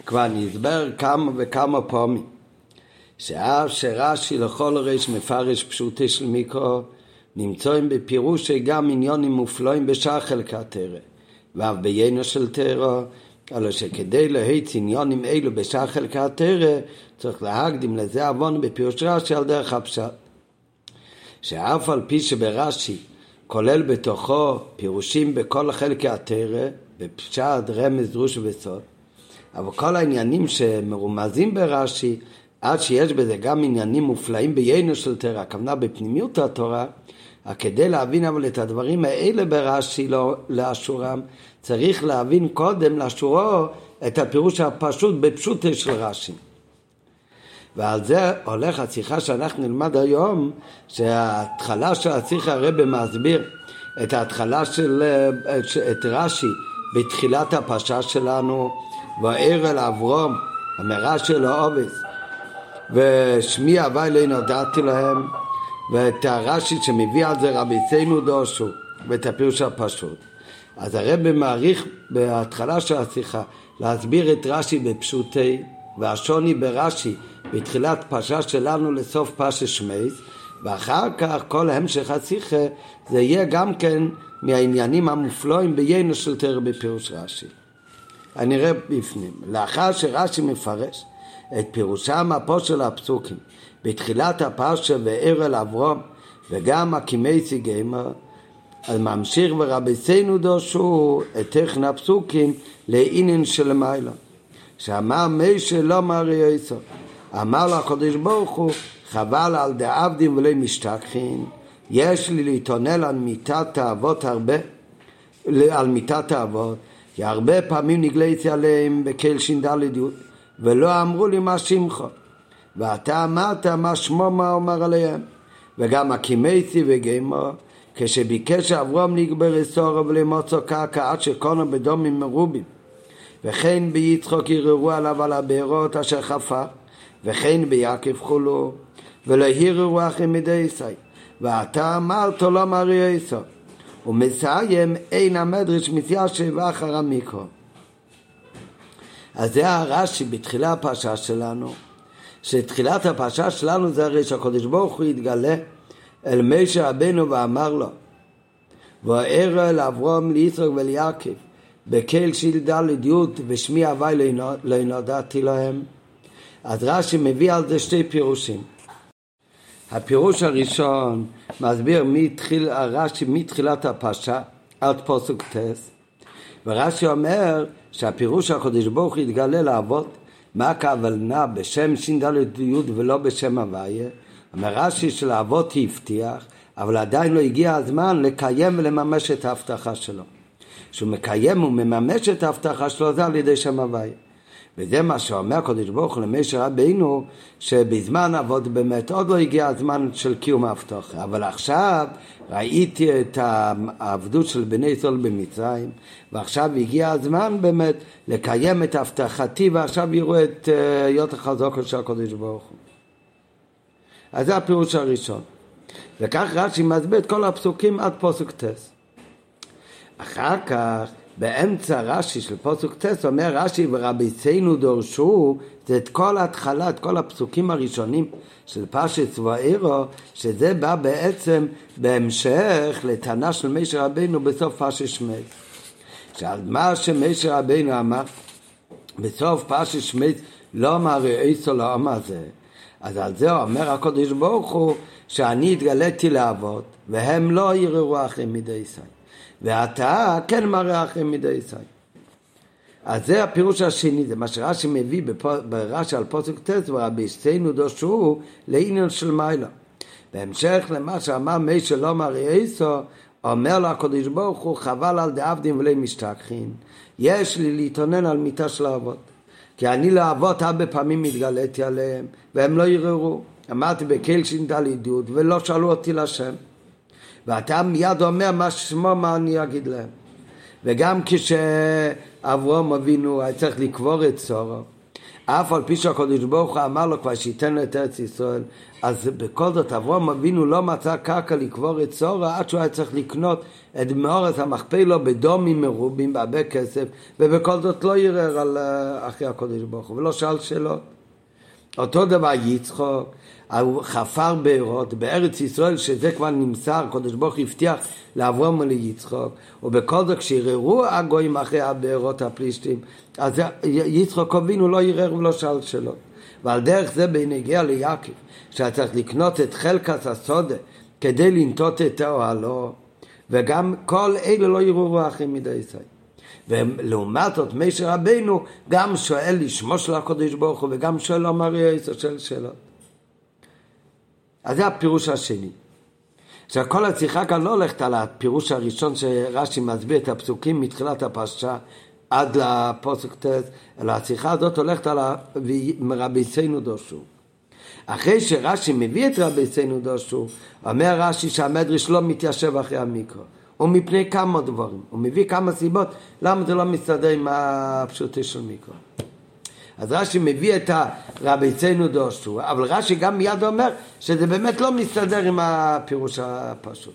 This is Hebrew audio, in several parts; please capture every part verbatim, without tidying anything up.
כבר נסבר כמה וכמה פעמים. שאף שרש"י לכל ריש מפרש פשוטי של מיקרו, נמצאים בפירוש שגם עניונים מופלאים בשאר חלקי התורה, ואף בעניינו של תורה, אלא שכדי להאיץ עניונים אלו בשאר חלקי התורה, צריך להקדים לזה עוון בפירוש רש"י על דרך הפשט. שאף על פי שברש"י כולל בתוכו פירושים בכל חלקי התורה, בפשט, רמז, דרוש וסוד, אבל כל העניינים שמרומזים ברש"י, עד שיש בזה גם עניינים מופלאים בעניינו של תורה, הכוונה בפנימיות התורה, כדי להבין אבל את הדברים האלה ברש"י לא לאשורם, צריך להבין קודם לאשורו את הפירוש הפשוט בפשוט של רש"י. ועל זה הולך השיחה שאנחנו נלמד היום, שההתחלה של השיחה הרב מסביר את ההתחלה של את רש"י בתחילת הפרשה שלנו, ואיר אל אברום, המראה של העובס, ושמי אבי לא נודעתי להם, ואת הרש"י שמביא על זה רבינו דורשו, ואת הפירוש הפשוט. אז הרב מעריך בהתחלה של השיחה להסביר את רש"י בפשוטי, והשוני ברש"י בתחילת פרשה שלנו לסוף פרשת שמות, ואחר כך כל המשך השיחה זה יהיה גם כן מהעניינים המופלאים בעניינו של תורה בפירוש רש"י. אני רואה בפנים, לאחר שרש"י מפרש את פירושם הפוש של הפסוקים בתחילת הפרשה ואיר אל אברום וגם הקימי סיגמה, אז ממשיך ורבינו דורשו את תכן הפסוקים לעניין של מעלה, שאמר משה לא מרי יסו, אמר לקדוש ברוך הוא חבל על דעבדים ולא משתכחין, יש לי להתאונן על מיתת האבות הרבה, על מיתת האבות, כי הרבה פעמים נגליתי עליהם בקהל שינדלת ולא אמרו לי מה שמך, ואתה אמרת מה שמו מה אומר עליהם. וגם הקימייסי וגמר, כשביקש אברהם לגבר אסורו ולמוצא קרקע עד שקונו בדומים מרובים, וכן ביצחוק יררו עליו על הבארות אשר חפר, וכן ביעקב חולו, ולא הררו אחרי מדי ישראל, ואתה אמרת לא מרי יסו. ומסיים אין המדרש מתיישב אחר המיקרו. אז זה הרש"י בתחילה הפרשה שלנו, שתחילת הפרשה שלנו זה הרי שהקדוש ברוך הוא יתגלה אל משה רבנו ואמר לו, ואיר אל אברהם ליצחק וליעקב בקהל שילדלת י' ושמי אבי לא נודעתי להם. אז רש"י מביא על זה שתי פירושים. הפירוש הראשון מסביר מתחיל הרש"י מתחילת הפרשה עד פסוק טס, ורש"י אומר שהפירוש הקדוש ברוך הוא יתגלה לאבות, מה הכוונה בשם שינדלת י' ולא בשם הוויה. אומר רש"י שלאבות הבטיח, אבל עדיין לא הגיע הזמן לקיים ולממש את ההבטחה שלו. שהוא מקיים ומממש את ההבטחה שלו זה על ידי שם הוויה. וזה מה שאומר הקדוש ברוך הוא למשה רבינו, שבזמן אבות באמת עוד לא הגיע הזמן של קיום ההבטחה, אבל עכשיו ראיתי את העבדות של בני ישראל במצרים, ועכשיו הגיע הזמן באמת לקיים את ההבטחתי, ועכשיו יראו את היות החזקות של הקדוש ברוך הוא. אז זה הפירוש הראשון, וכך רש"י מסביר את כל הפסוקים עד פסוק טס. אחר כך באמצע רש"י של פסוק טס אומר רש"י ורבינו דורשו, זה את כל ההתחלה, את כל הפסוקים הראשונים של פרשת ואירו, שזה בא בעצם בהמשך לטענה של משה רבינו בסוף פרשת שמות. שעל מה שמשה רבינו אמר בסוף פרשת שמות לא מרי יסו לעם הזה, אז על זה אומר הקדוש ברוך הוא שאני התגליתי לאבות והם לא יראו אחרי מדי ישראל, ואתה כן מראה אחרי מדי ישראל. אז זה הפירוש השני, זה מה שרש"י מביא ברש"י על פסוק ט' ורבינו דורשו לעניין של מעלה. בהמשך למה שאמר משה לא מרי יסו, אומר לו הקדוש ברוך הוא חבל על דעבדים ולא משתכחין, יש לי להתאונן על מיתה של האבות, כי אני לאבות הרבה פעמים התגליתי עליהם והם לא יראו. אמרתי בקהל שינדלת י' ולא שאלו אותי לשם, ואתה מיד אומר מה שמו מה אני אגיד להם. וגם כשאברהם אבינו היה צריך לקבור את שרה, אף על פי שהקדוש ברוך הוא אמר לו כבר שייתן לו את ארץ ישראל, אז בכל זאת אברהם אבינו לא מצא קרקע לקבור את סורה עד שהוא היה צריך לקנות את מאורס המכפלה בדומים מרובים בהרבה כסף, ובכל זאת לא ירר על אחרי הקדוש ברוך הוא ולא שאל שאלות. אותו דבר יצחוק, הוא חפר בארות בארץ ישראל, שזה כבר נמסר, הקדוש ברוך הוא הבטיח לאברהם וליצחוק, ובכל זאת כשיררו הגויים אחרי הבארות הפלישתים, אז יצחוק אבינו לא ירר ולא שאל שאלות. ועל דרך זה בנגיע ליעקב, שהיה צריך לקנות את חלקת הסודה כדי לנטות את אוהלו, וגם כל אלה לא יראו אחרי מדי ישראל. ולעומת זאת משה רבינו גם שואל לשמו של הקדוש ברוך הוא, וגם שואל אמר יסוד של שאלות. אז זה הפירוש השני. עכשיו כל השיחה כאן לא הולכת על הפירוש הראשון שרש"י מסביר את הפסוקים מתחילת הפרשה עד לפסוק ט', אלא השיחה הזאת הולכת על רבינו דורשו. אחרי שרש"י מביא את רבינו דורשו, אומר רש"י שהמדרש לא מתיישב אחרי המקרא, ומפני כמה דברים, הוא מביא כמה סיבות למה זה לא מסתדר עם הפשוטי של מיקרו. אז רש"י מביא את רבינו דורשו, אבל רש"י גם מיד אומר שזה באמת לא מסתדר עם הפירוש הפשוט.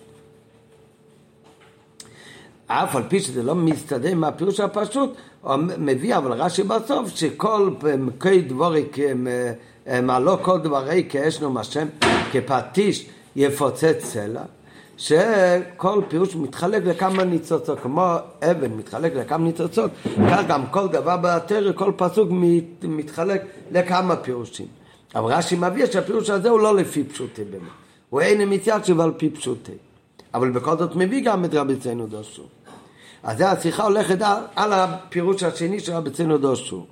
אף על פי שזה לא מסתדר עם הפירוש הפשוט, הוא מביא אבל רש"י בסוף שכל כל דברי, מה לא כל דברי כאשנו השם כפטיש יפוצץ סלע, שכל פירוש מתחלק לכמה ניצוצות, כמו אבן מתחלק לכמה ניצוצות, כך גם כל דבר בתורה, כל פסוק מתחלק לכמה פירושים. אבל רש"י מביא שהפירוש הזה הוא לא לפי פשוטי באמת, הוא אין מתיישב על פי פשוטי, אבל בכל זאת מביא גם את רבינו דורשו. אז זה השיחה הולכת על, על הפירוש השני של רבינו דורשו.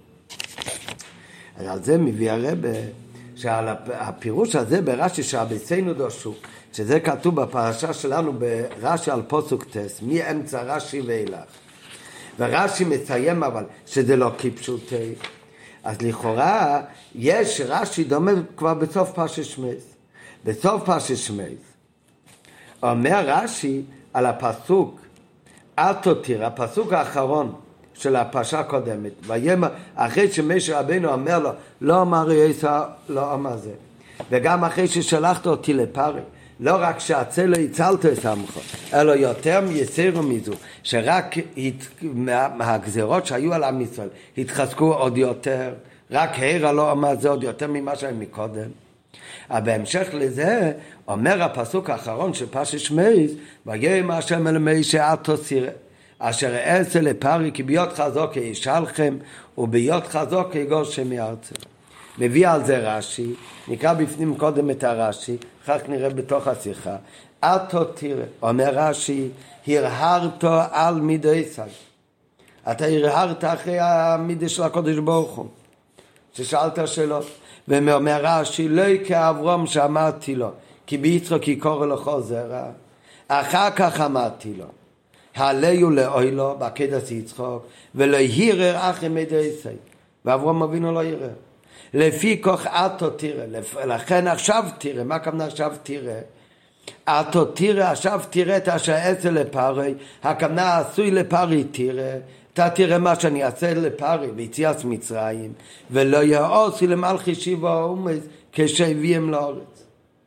אז על זה מביא הרבה שעל הפירוש הזה ברש"י של רבינו דורשו, שזה כתוב בפרשה שלנו ברש"י על פסוק ט', מאמצע רש"י ואילך. ורש"י מסיים אבל שזה לא כפשוטי. אז לכאורה יש רש"י דומה כבר בסוף פרשת שמות. בסוף פרשת שמות אומר רש"י על הפסוק אתו תראה, הפסוק האחרון של הפרשה הקודמת, ויאמר אחרי שמשה רבינו אומר לו לא אמר יסע לא אמר זה, וגם אחרי ששלחת אותי לפרי, לא רק שהצלע הצלת את עמך, אלא יותר מייסר מזו, שרק מהגזרות שהיו על עם ישראל התחזקו עוד יותר, רק העיר לא אמר זה עוד יותר ממה שהיה מקודם. אבל בהמשך לזה אומר הפסוק האחרון של פרשת שמות, ויאמר השם אל משה אתו תראה אשר אעשה לפרי כי ביות חזוק ישאלכם וביות חזוק יגורשם מארצם. מביא על זה רש"י, נקרא בפנים קודם את הרש"י, אחר כך נראה בתוך השיחה. אתו תראה, אומר רש"י, הרהרת על מידי סי. אתה הרהרת אחרי המידי של הקדוש ברוך הוא, ששאלת שאלות. ואומר רש"י, לא כאברהם שאמרתי לו, כי ביצחק יקרא לך זרע. אחר כך אמרתי לו, העליהו לאוהלו בעקדת יצחק, ולא ירר אחרי מידי סי. ואברהם אבינו לא ירר. לפי כך אתו תראה, לכן עכשיו תראה, מה הכוונה עכשיו תראה? אתו תראה, עכשיו תראה את אשר אעשה לפרי, הכוונה עשוי לפרי תראה, אתה תראה מה שאני אעשה לפרי ביציאת מצרים, ולא יעשו למלכי שבע האומות כשהביאם לארץ.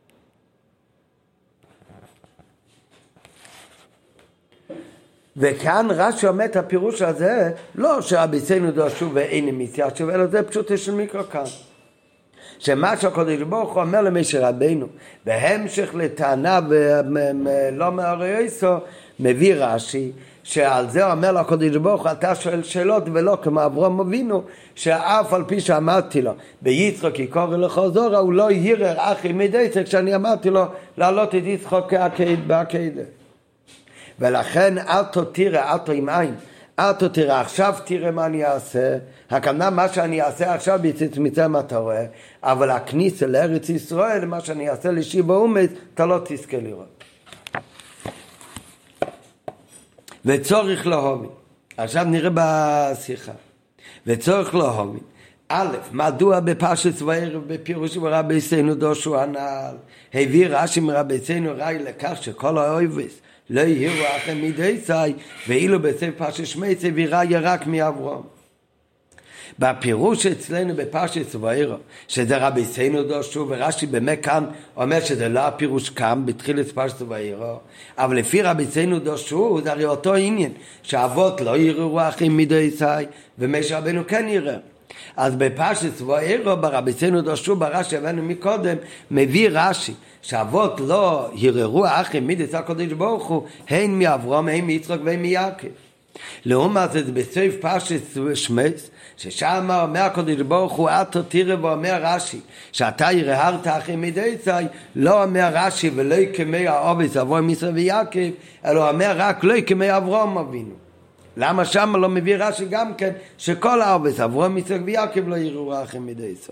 וכאן רש"י אומר את הפירוש הזה, לא שרבינו דורשו ואין מתיישב, אלא זה פשוט של מיקרו כאן. שמה שהקדוש ברוך הוא אומר למשה רבינו, בהמשך לטענה ולא מהרייסו, מביא רש"י, שעל זה אומר לקדוש ברוך הוא, אתה שואל שאלות ולא כמו אברהם אבינו, שאף על פי שאמרתי לו, ביצחק יקרא לך זרע, הוא לא ירר אחרי מידי סי, כשאני אמרתי לו להעלות את יצחק בעקדה. ולכן אתו תראה, אתו עם עין, אתו תראה, עכשיו תראה מה אני אעשה, הכוונה מה שאני אעשה עכשיו ביציאת מצרים אתה רואה, אבל הכניסה לארץ ישראל, מה שאני אעשה לשבע אומות, אתה לא תזכה לראות. וצורך להובין, עכשיו נראה בשיחה, וצורך להובין, א', מדוע בפרשת וערב בפירוש רבינו דורשו הנ"ל, הביא רש"י מרבינו ראי לכך שכל האויבס לא יהיו אחרי מידי סי, ואילו בספר פרשת שמות הביא ראי רק מאברהם. בפירוש אצלנו בפרשת ואירו, שזה רבי סיינו דורשו, ורש"י באמת כאן אומר שזה לא הפירוש כאן בתחילת פרשת ואירו, אבל לפי רבי סיינו דורשו זה הרי אותו עניין, שאבות לא יראו אחים מדייסאי, ומשה רבנו כן יראה. אז בפרשת ואירו ברבי סיינו דורשו ברש"י הבאנו מקודם, מביא רש"י שאבות לא יראו אחים מדייסאי הקדוש ברוך הוא, הן מאברהם, הן מיצחק והן מיעקב. לעומת זה בסוף פרשת שמות, ששם אומר הקדוש ברוך הוא אתו תראה, ואומר רש"י שאתה ירהרת אחים מדייסאי, לא אומר רש"י ולא כמי האובס אברהם יצחק ויעקב, אלא אומר רק לא כמי אברהם אבינו. למה שם לא מביא רש"י גם כן שכל האובס אברהם יצחק ויעקב לא יראו אחים מדייסאי?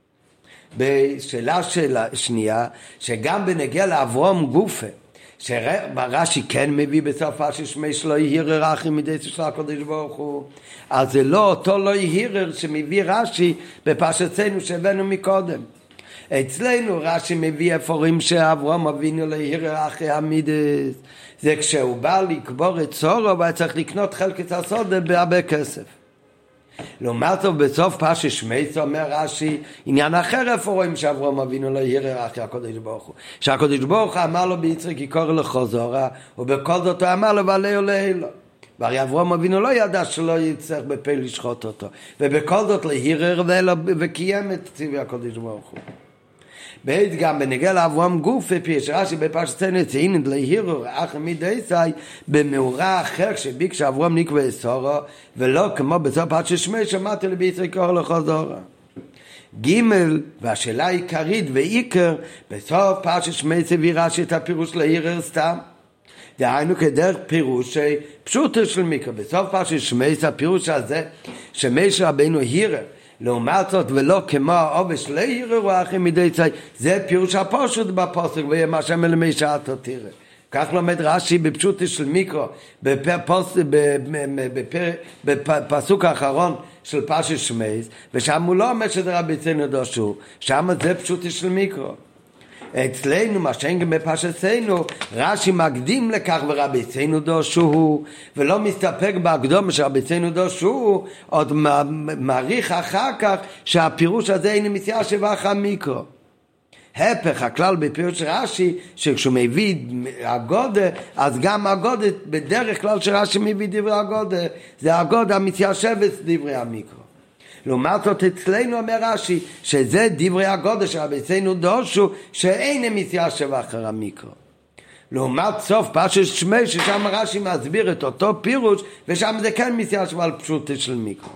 בשאלה שנייה, שגם בנגיע לאברהם גופה, שרש"י כן מביא בסוף פרשת שמות שלא יהירר אחים מדייסאי של הקדוש ברוך הוא, אז זה לא אותו לא יהירר שמביא רש"י בפרשתנו שהבאנו מקודם. אצלנו רש"י מביא איפורים שאברהם אבינו לא יהירר אחי המדייסאי, זה כשהוא בא לקבור את סורו והיה צריך לקנות חלקת הסודה בהרבה כסף. לעומת זאת בסוף פרשת שמות אומר רש"י עניין אחר, איפה רואים שאברהם אבינו לא יהירר אחי הקדוש ברוך הוא, שהקדוש ברוך הוא אמר לו ביצחק יקרא לך זרע, ובכל זאת הוא אמר לו ועלה ולעילה. והרי אברהם אבינו לא ידע שלא יצטרך בפה לשחוט אותו, ובכל זאת להירר וקיים את ציווי הקדוש ברוך הוא. בעת גם בנגיע לאברהם גוף פירש רש"י בפרשתנו ציין להירר אחים מדייסאי במאורע אחר שביקש אברהם נקווה סורו, ולא כמו בסוף פרשת שמות שמעתי לביצחק יקרא לך זרע. ג' והשאלה העיקרית ועיקר בסוף פרשת שמות הביא רש"י את הפירוש להירר סתם, דהיינו כדרך פירוש פשוט של מקרא. בסוף פרשת שמות הפירוש הזה שמשה רבנו הירר, לעומת זאת ולא כמו האובס לא יראו אחים מדייסאי, זה פירוש הפשוט בפסוק ויאמר השם אל משה אתו תראה. כך לומד רש"י בפשוט של מקרא בפסוק האחרון של פרשת שמות, ושם הוא לא אומר שזה רבי סיינו דורשו, שם זה פשוט של מקרא. אצלנו מה שאין גם בפרשתנו רש"י מקדים לכך ורבי סיינו דורשו, ולא מסתפק בהקדומה שרבי סיינו דורשו, עוד מעריך אחר כך שהפירוש הזה אין מתיישב אחר המקרא. הפך הכלל בפירוש רש"י שכשהוא מביא הגודה, אז גם הגודה בדרך כלל שרש"י מביא דברי הגודה זה הגודה המתיישבת דברי המקרא. לעומת זאת אצלנו אומר רש"י שזה דברי הגודל של רבי סיינו דורשו שאין מתיישב אחר המקרא. לעומת סוף פרשת שמות ששם רש"י מסביר את אותו פירוש ושם זה כן מתיישב על פשוט של מקרא.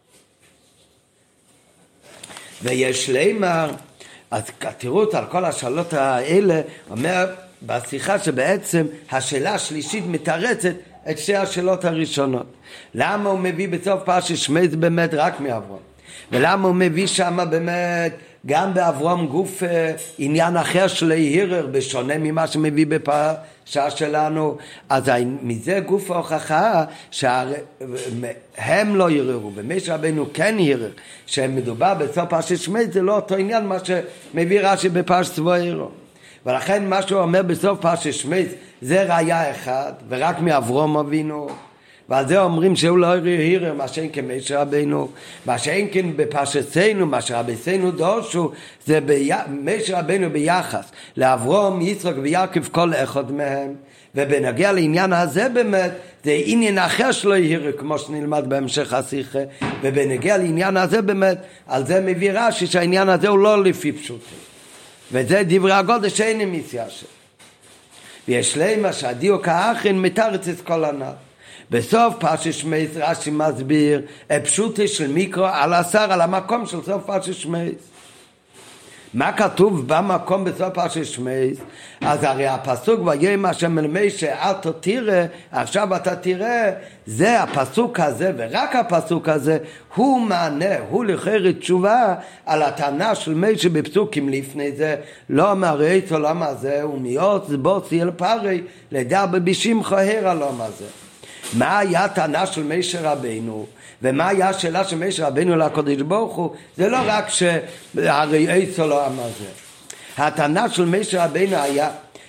ויש לימר, אז התירוץ על כל השאלות האלה אומר בשיחה שבעצם השאלה השלישית מתרצת את שתי השאלות הראשונות. למה הוא מביא בסוף פרשת שמות באמת רק מאברהם? ולמה הוא מביא שם באמת גם באברהם גוף עניין אחר של הירר בשונה ממה שמביא בפרשה שלנו? אז מזה גוף ההוכחה שהם לא יררו ומשה רבנו כן ירר, שמדובר בסוף פרשת שמות זה לא אותו עניין מה שמביא רש"י בפרשת ואירו. ולכן מה שהוא אומר בסוף פרשת שמות זה ראיה אחד ורק מאברהם אבינו, ועל זה אומרים שהוא לא ירר מה שאין כן משה רבנו, מה שאין כן בפרשתנו מה שרבי סיינו דורשו זה משה רבנו ביחס לאברהם יצחק ויעקב כל אחד מהם. ובנגיע לעניין הזה באמת זה עניין אחר שלא ירר כמו שנלמד בהמשך השיחה, ובנגיע לעניין הזה באמת על זה מביא רש"י שהעניין הזה הוא לא לפי פשוטו, וזה דברי הגודל שאין מתיישב. ויש להם שהדיוק האחרון מתרץ את כל הנ"ל. בסוף פרשת שמות רש"י מסביר פשוטו של מקרא על השר על המקום של סוף פרשת שמות. מה כתוב במקום בסוף פרשת שמות? אז הרי הפסוק ויאמר השם אל משה אתו תראה, עכשיו אתה תראה, זה הפסוק הזה ורק הפסוק הזה הוא מענה, הוא לכאורה תשובה על הטענה של משה בפסוקים לפני זה, לא מראה את העולם הזה ומיות בוסי אל פרי לדע בבישים חהר העולם הזה. מה היה הטענה של משה רבנו ומה היה השאלה של משה רבנו לקדוש ברוך הוא? זה לא רק שהרי עץ העולם הזה. הטענה של משה רבנו היה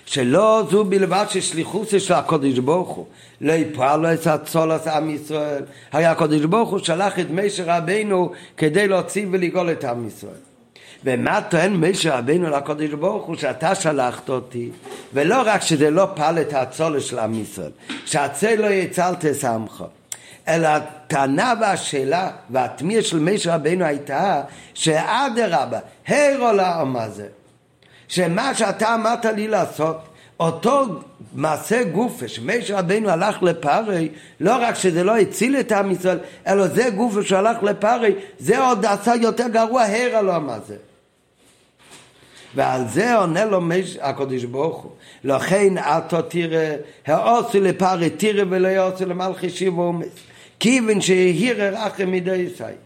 שלא זו בלבד ששליחוס של הקדוש ברוך הוא לא יפעל לו את הצולת עם ישראל. הרי הקדוש ברוך הוא שלח את משה רבינו כדי להוציא ולגאול את עם ישראל. ומה טוען משה רבינו לקדוש ברוך הוא? שאתה שלחת אותי, ולא רק שזה לא פעל את הצולת של עם ישראל, שהצל לא יצלת סמך, אלא הטענה והשאלה והתמיהה של משה רבינו הייתה שאדרבה, הרו לעם הזה, שמה שאתה אמרת לי לעשות, אותו מעשה גופה שמשה רבינו הלך לפרי, לא רק שזה לא הציל את עם ישראל, אלא זה גופה שהלך לפרי, זה עוד עשה יותר גרוע, הרו לעם הזה. ועל זה עונה לו הקדוש ברוך הוא, לכן אתה תראה, העושו לפרי תראה ולא יעושו למלכי שיב ואומץ, כיוון שהירא רחם מידי ישראל.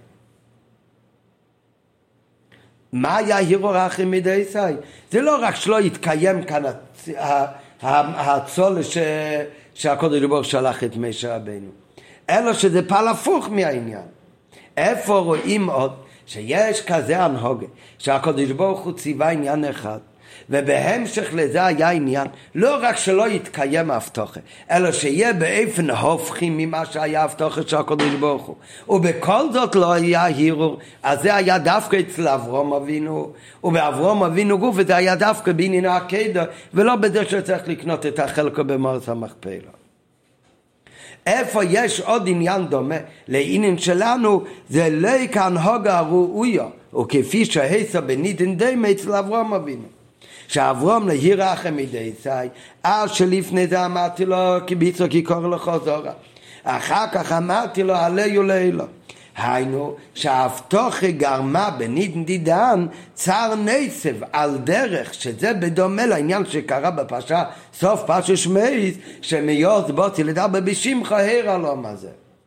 מה היה הירא רחם מידי ישראל? זה לא רק שלא יתקיים כאן הצולת שהקדוש ברוך הוא שלח את משה רבינו, אלא שזה פעל הפוך מהעניין. איפה רואים עוד שיש כזה הנהוגה שהקדוש ברוך הוא ציווה עניין אחד, ובהמשך לזה היה עניין לא רק שלא יתקיים הבטחה, אלא שיהיה באופן הופכי ממה שהיה הבטחה של הקדוש ברוך הוא, ובכל זאת לא היה הרהור. אז זה היה דווקא אצל אברהם אבינו, ובאברהם אבינו גוף זה היה דווקא בעניין העקדה, ולא בדרך שצריך לקנות את החלקו במארץ המכפלה. איפה יש עוד עניין דומה לעניין שלנו, זה לא כהנהגה הראויה, וכפי שהיסה בנידין דמה אצל אברהם אבינו, שאברהם להיר רחם מידי ישראל, אז שלפני זה אמרתי לו כי ביצוק יקור לך זורה, אחר כך אמרתי לו עליו לילה. היינו שההבטחה גרמה בנידין דידן צר נסב על דרך, שזה בדומה לעניין שקרה בפרשה סוף פרשת שמעי, שמיות בוץ ילדה בשמך הר עלום הזה.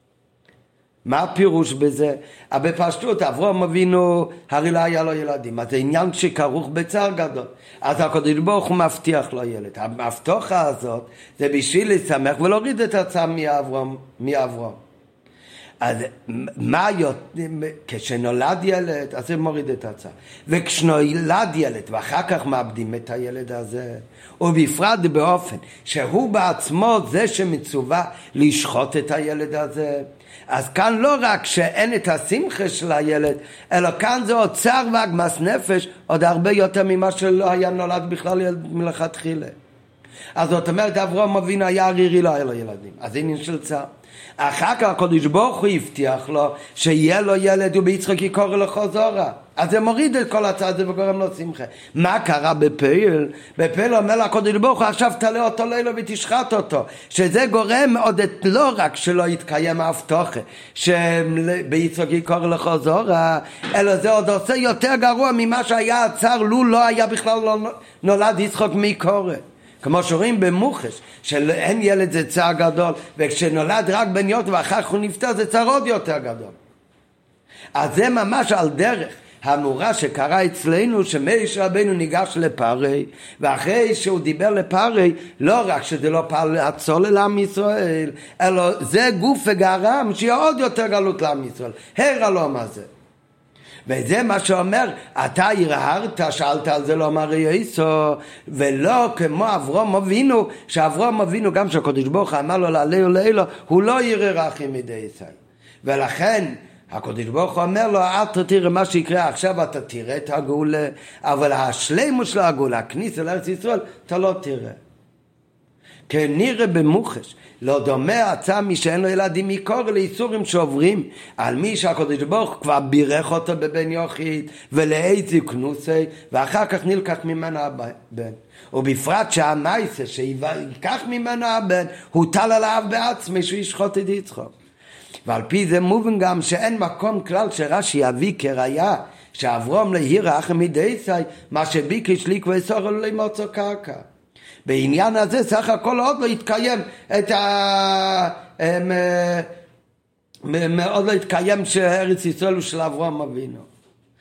מה הפירוש בזה? בפשטות אברהם אבינו הרי לא היה לו ילדים, אז זה עניין שכרוך בצער גדול, אז הקדוש ברוך הוא מבטיח לו ילד. ההבטחה הזאת זה בשביל לשמח ולהוריד את הצער מאברהם, מאברהם. אז מה כשנולד ילד, אז זה מוריד את הצער, וכשנולד ילד ואחר כך מאבדים את הילד הזה, ובפרט באופן שהוא בעצמו זה שמצווה לשחוט את הילד הזה, אז כאן לא רק שאין את השמחה של הילד, אלא כאן זה עוד צער ועגמת נפש עוד הרבה יותר ממה שלא היה נולד בכלל ילד מלכתחילה. אז זאת אומרת אברהם אבינו היה ערירי, לא היה לו ילדים, אז זה עניין של צער. אחר כך הקדוש ברוך הוא הבטיח לו שיהיה לו ילד וביצחק יקור לך זורה, אז זה מוריד את כל הצער הזה וגורם לו שמחה. מה קרה בפעיל? בפעיל אומר לקדוש ברוך הוא עכשיו תעלה אותו לילה ותשחט אותו, שזה גורם עוד את לא רק שלא יתקיים ההבטחה שביצחק יקור לך זורה, אלא זה עוד עושה יותר גרוע ממה שהיה הצער לו לא היה בכלל לא נולד יצחק מקורא. כמו שרואים במוחש, שאין ילד זה צער גדול, וכשנולד רק בן יות ואחר כך הוא נפטר זה צער עוד יותר גדול. אז זה ממש על דרך המורה שקרה אצלנו, שמשה רבינו ניגש לפרי, ואחרי שהוא דיבר לפרי, לא רק שזה לא פעל הצול לעם ישראל, אלא זה גוף וגרם שיהיה עוד יותר גלות לעם ישראל. הר עלום הזה. וזה מה שאומר, אתה הרהרת, שאלת על זה לא אמר יסו, ולא כמו אברהם אבינו, שאברהם אבינו גם שהקדוש ברוך הוא אמר לו לעלה ולעלה, הוא לא ירא רחם מידי ישראל. ולכן הקדוש ברוך הוא אומר לו, אתה תראה מה שיקרה עכשיו, אתה תראה את הגאולה, אבל השלמות של הגאולה, הכניסה לארץ ישראל, אתה לא תראה. כנראה במוחש, לא דומה הצע מי שאין לו ילדים מקור לאיסורים שעוברים על מי שהקדוש ברוך הוא כבר בירך אותו בבן יחיד ולאיזי כנוסי, ואחר כך נלקח ממנו הבן, ובפרט שהמייסה שיקח ממנו הבן הוטל עליו בעצמי שהוא ישחוט את יצחק. ועל פי זה מובן גם שאין מקום כלל שרש"י יביא כראיה שאברהם להיר רחם מידי ישראל, מה שביקש לי ואסור לו למוצא קרקע. בעניין הזה סך הכל עוד לא יתקיים את ה... עוד לא יתקיים שארץ ישראל הוא של אברהם אבינו.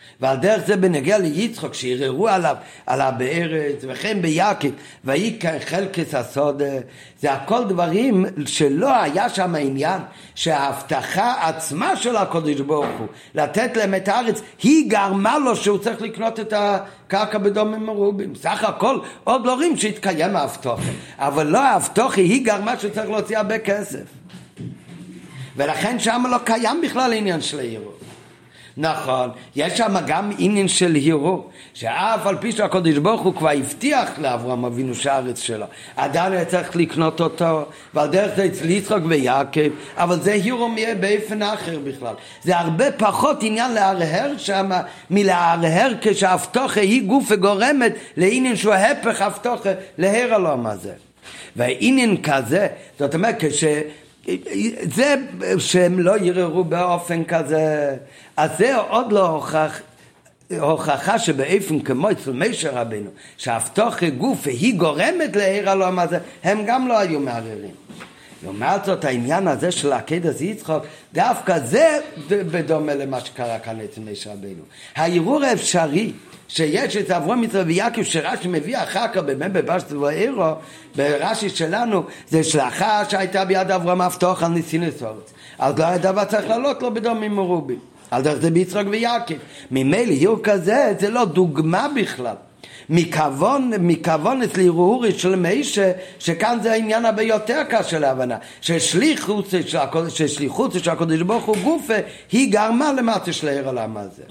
ועל דרך זה בנגיע ליצחוק שיררו עליו על הבארץ וכן ביעקב ויקרא חלקס הסודה, זה הכל דברים שלא היה שם העניין שההבטחה עצמה של הקדוש ברוך הוא לתת להם את הארץ היא גרמה לו שהוא צריך לקנות את הקרקע בדומים מרובים. סך הכל עוד לא רואים שהתקיים ההבטחה, אבל לא ההבטחה היא גרמה שצריך להוציא הרבה כסף, ולכן שם לא קיים בכלל עניין של העירוב. נכון, יש שם גם עניין של הירו, שאף על פי שהקדוש ברוך הוא כבר הבטיח לאברהם אבינו שהארץ שלו, עדיין היה צריך לקנות אותו, ועל דרך זה אצל יצחק ויעקב, אבל זה הירו מיה באופן אחר בכלל. זה הרבה פחות עניין להרהר שם, מלהרהר כשההבטחה היא גוף וגורמת לעניין שהוא הפך הבטחה להר העולם הזה. והעניין כזה, זאת אומרת, כש... זה שהם לא יררו באופן כזה, אז זה עוד לא הוכח, הוכחה שבאופן כמו אצל משה רבינו שההבטחה גוף היא גורמת להר העולם הזה, הם גם לא היו מערערים. לעומת זאת העניין הזה של עקדת יצחק, דווקא זה בדומה למה שקרה כאן אצל משה רבינו. הערעור האפשרי שיש את אברהם יצחק ויעקב שרש"י מביא אחר כך באמת בפרשת ואירו ברש"י שלנו, זה שלאחר שהייתה ביד אברהם הבטחה על ניסינוס הארץ, אז לא היה דבר צריך לעלות לו בדומים מרובים, על דרך זה ביצחק ויעקב. ממילא ערעור כזה זה לא דוגמה בכלל מכוון, מכוון אצל הרהורי של משה, שכאן זה העניין הרבה יותר קשה להבנה, ששליחות ששליחות של הקדוש ברוך הוא גופה היא גרמה למטה של העיר העולם הזה.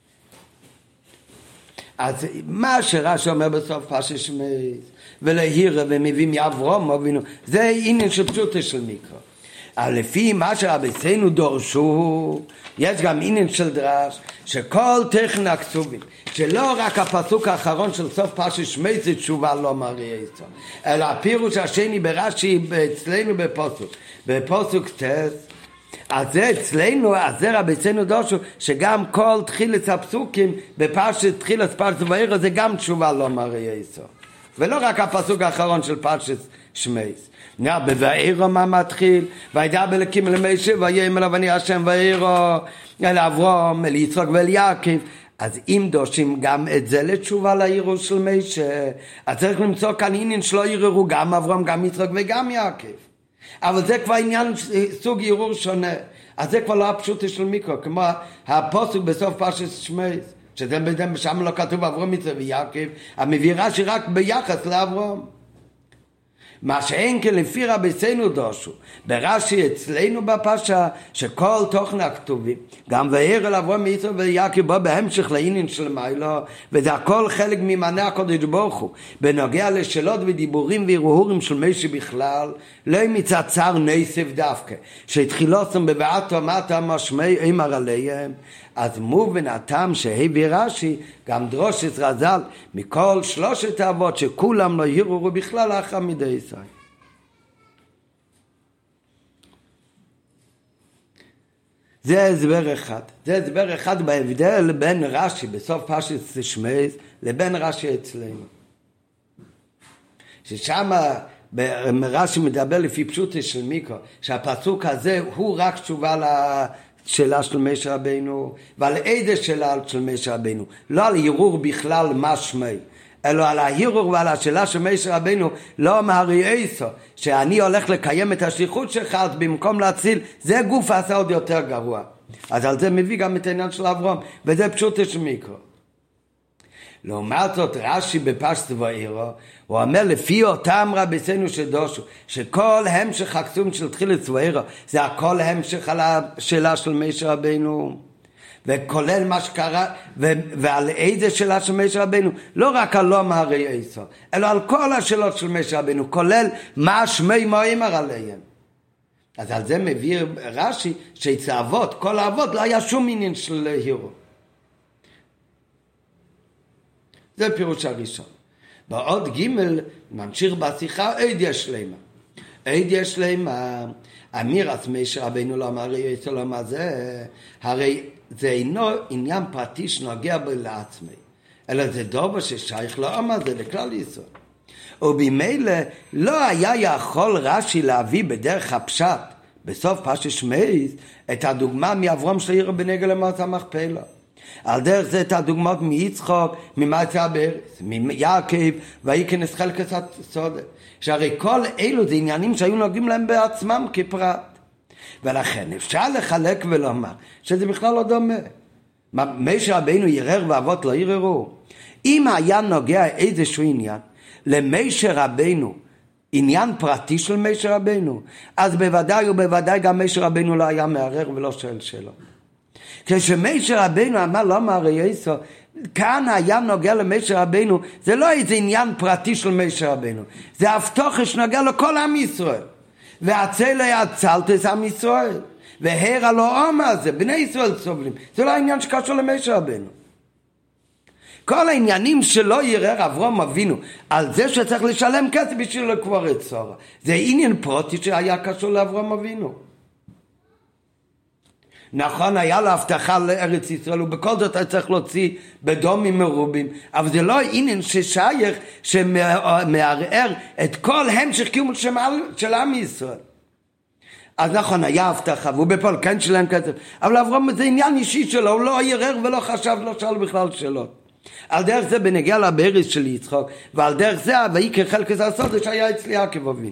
אז מה שרש"י אומר בסוף פרשת שמות ולהירה ומביא מאברהם אבינו, זה עניין של פשוטו של מקרא. אבל לפי מה שרבותינו דורשו, יש גם עניין של דרש, שכל תכן הכתובים, שלא רק הפסוק האחרון של סוף פרשת שמות זה תשובה לא מראה יצא, אלא הפירוש השני ברש"י אצלנו בפסוק, בפסוק טס, אז זה אצלנו, אז זה רבותינו דורשו, שגם כל תחילת הפסוקים בפרשת תחילת פרשת ואירו זה גם תשובה לא מראה יצא, ולא רק הפסוק האחרון של פרשת שמות. נה בואירו מה מתחיל? וידבר אלוקים אל משה ויאמר אליו אני השם ואירו אל אברהם אל יצחק ואל יעקב. אז אם דורשים גם את זה לתשובה לערעור של משה, אז צריך למצוא כאן עניין שלא ירערו גם אברהם גם יצחק וגם יעקב, אבל זה כבר עניין סוג ערעור שונה, אז זה כבר לא הפשוט של מיקרו, כמו הפסוק בסוף פרשת שמות שזה בדם שם לא כתוב אברהם יצחק ויעקב, המביא רש"י רק ביחס לאברהם. מה שאין כן לפי רבותינו דורשו ברש"י אצלנו בפרשה, שכל תוכן הכתובים גם ואיר אל אברהם יצחק ויעקב בא בהמשך לעניין של מעלה, וזה הכל חלק ממענה הקדוש ברוך הוא בנוגע לשאלות ודיבורים והרהורים של משה בכלל, לא מצד צר נסף דווקא שהתחילוסם בבעת ומטה משמעי אמר עליהם. אז מובן הטעם שהביא רש"י גם דרושת רז"ל מכל שלושת האבות שכולם לא הרהרו בכלל אחר מדי ישראל. זה הסבר אחד, זה הסבר אחד בהבדל בין רש"י בסוף פרשת שמות לבין רש"י אצלנו, ששם רש"י מדבר לפי פשוטו של מיקרו שהפסוק הזה הוא רק תשובה ל שאלה של משה רבינו, ועל איזה שאלה של משה רבינו, לא על הרהור בכלל מה שמי, אלא על ההרהור ועל השאלה של משה רבינו, לא מהריאסו, שאני הולך לקיים את השליחות שלך, אז במקום להציל, זה גוף עשה עוד יותר גרוע. אז על זה מביא גם את העניין של אברהם, וזה פשוט של מיקרו. לעומת זאת רש"י בפרשת ואירו, הוא אומר לפי אותם רבותינו שדורשו, שכל המשך הכתובים של תחילת ואירו, זה הכל המשך על השאלה של משה רבינו, וכולל מה שקרה, ו- ועל איזה שאלה של משה רבינו, לא רק על לא מהרי עשר, אלא על כל השאלות של משה רבינו, כולל מה שמי מה אמר עליהם. אז על זה מביא רש"י, שאצל האבות, כל האבות לא היה שום עניין של הירו. זה פירוש הראשון. בעוד ג' ממשיך בשיחה עדיה שלמה. עדיה שלמה, אמירת משה רבינו לא אמר אצל למה זה, הרי זה אינו עניין פרטי שנוגע בו לעצמי, אלא זה דבר ששייך לעם הזה, לכלל ישראל. ובמילא לא היה יכול רש"י להביא בדרך הפשט בסוף פרשת שמות את הדוגמה מאברהם של עיר בנגל למערת המכפלה. על דרך זה את הדוגמאות מיצחוק, ממעשה בארץ, מיעקב, ויקנס חלקס הסודה. שהרי כל אלו זה עניינים שהיו נוגעים להם בעצמם כפרט. ולכן אפשר לחלק ולומר שזה בכלל לא דומה. משה רבינו ירר ואבות לא יררו. אם היה נוגע איזשהו עניין למשה רבינו, עניין פרטי של משה רבינו, אז בוודאי ובוודאי גם משה רבינו לא היה מערער ולא שואל שאלות. כשמשה רבינו אמר לא מערער, כאן היה נוגע למשה רבינו, זה לא איזה עניין פרטי של משה רבינו, זה הבטחה שנוגע לכל עם ישראל. והצל הצלת את עם ישראל, והר על העם הזה, בני ישראל סובלים. זה לא העניין שקשור למשה רבינו. כל העניינים שלא ירר אברהם אבינו על זה שצריך לשלם כסף בשביל לקבור את שרה, זה עניין פרטי שהיה קשור לאברהם אבינו. נכון, היה לו הבטחה לארץ ישראל, ובכל זאת היה צריך להוציא בדומים מרובים, אבל זה לא עניין ששייך, שמערער את כל המשך קיום של עם ישראל. אז נכון, היה הבטחה, והוא בפועל כן שלם כסף, אבל אברהם זה עניין אישי שלו, הוא לא ירר ולא חשב, לא שאל בכלל שאלות. על דרך זה בנגיע לבארץ של יצחק, ועל דרך זה ויקרא חלקס הסודה שהיה אצל יעקב אבינו.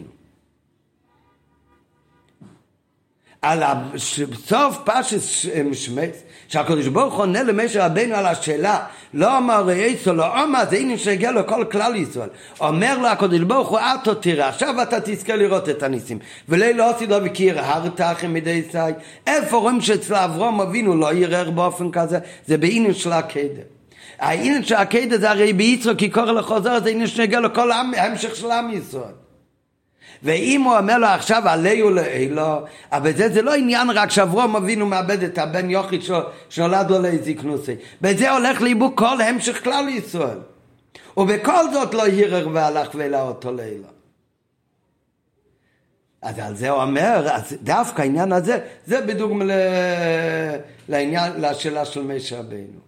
על סוף פרשת שמות, שהקדוש ברוך הוא עונה למשה רבינו על השאלה, לא אמר רעייתו, לא אמר, זה עניין שהגיע לו כל כלל ישראל. אומר לו הקדוש ברוך הוא, אתו תראה, עכשיו אתה תזכה לראות את הניסים. ולא עשי לו וכיר, הרתחם מדי ישראל. איפה רואים שאצל אברהם אבינו לא ירר באופן כזה? זה בעניין של הקדר. העניין של הקדר זה הרי ביצחק, כי קורא לחוזר, זה עניין שנגיע לכל המשך של עם ישראל. ואם הוא אומר לו עכשיו עליהו לאלו, אבל זה, זה לא עניין רק שאברהם אבינו מאבד את הבן יוכי שנולד לו לזקנוסי. בזה הולך לאיבוד כל המשך כלל ישראל. ובכל זאת לא ירר והלך ואלה אותו לאלו. אז על זה הוא אומר, אז דווקא העניין הזה, זה בדוגמה ל... לעניין, לשאלה של משה רבינו.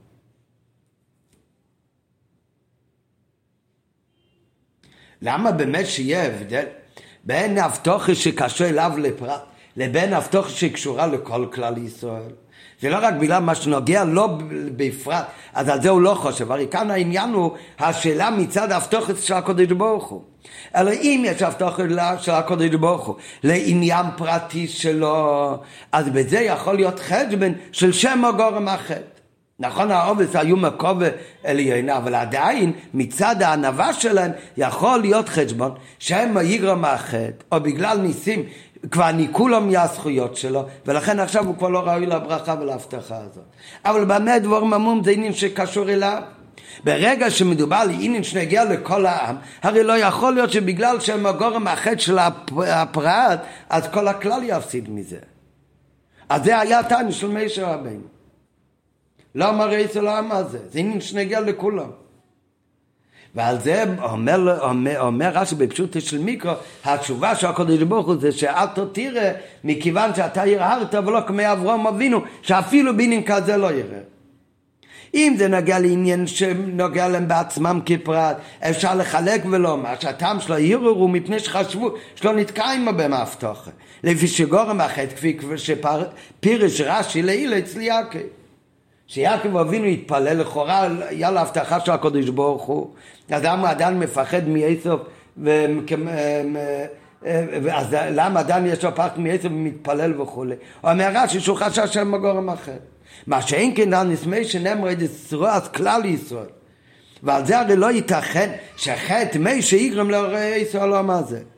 למה באמת שיהיה הבדל בין הבטחה שקשור אליו לפרט לבין הבטחה שקשורה לכל כלל ישראל? זה לא רק בגלל מה שנוגע לא בפרט, אז על זה הוא לא חושב. הרי כאן העניין הוא השאלה מצד הבטחה של הקדוש ברוך הוא. אלא אם יש הבטחה של הקדוש ברוך הוא לעניין פרטי שלו, אז בזה יכול להיות חשבון של שם הגורם החטא. נכון, העובס היו מקובה עליונה, אבל עדיין מצד הענווה שלהם יכול להיות חשבון שהם יגרום החטא, או בגלל ניסים כבר ניקו לו מהזכויות שלו, ולכן עכשיו הוא כבר לא ראוי לברכה ולהבטחה הזאת. אבל באמת דבר ממום זה עניין שקשור אליו. ברגע שמדובר על עניין שנגיע לכל העם, הרי לא יכול להיות שבגלל שהם הגורם החטא של הפרט, אז כל הכלל יפסיד מזה. אז זה היה טעם של משה רבינו. לא מראה אצל העם הזה, זה עניין שנגיע לכולם. ועל זה אומר, אומר, אומר רש"י בפשוטו של מיקרו, התשובה של הקדוש ברוך הוא זה שאתו תראה, מכיוון שאתה ירהרת ולא כמו אברהם אבינו, שאפילו בעניין כזה לא יראה. אם זה נוגע לעניין שנוגע להם בעצמם כפרט, אפשר לחלק ולומר שהטעם שלו יררו מפני שחשבו שלא נתקע עמו במהבטחה. לפי שגורם החטא כפי שפירש רש"י לעילה אצל יעקב. שיעקב אבינו התפלל לכאורה, היה לה הבטחה של הקדוש ברוך הוא, אז למה אדם מפחד מעשו, אז למה אדם יש לו פחד מעשו ומתפלל וכו'. הוא אומר רש"י שהוא חשש שהם הגורם אחר. מה שאין כן דן נשמע שנאמר את זרוע אז כלל ישראל. ועל זה הרי לא ייתכן שחטא מי שיגרם להורי ישראל לא מה זה.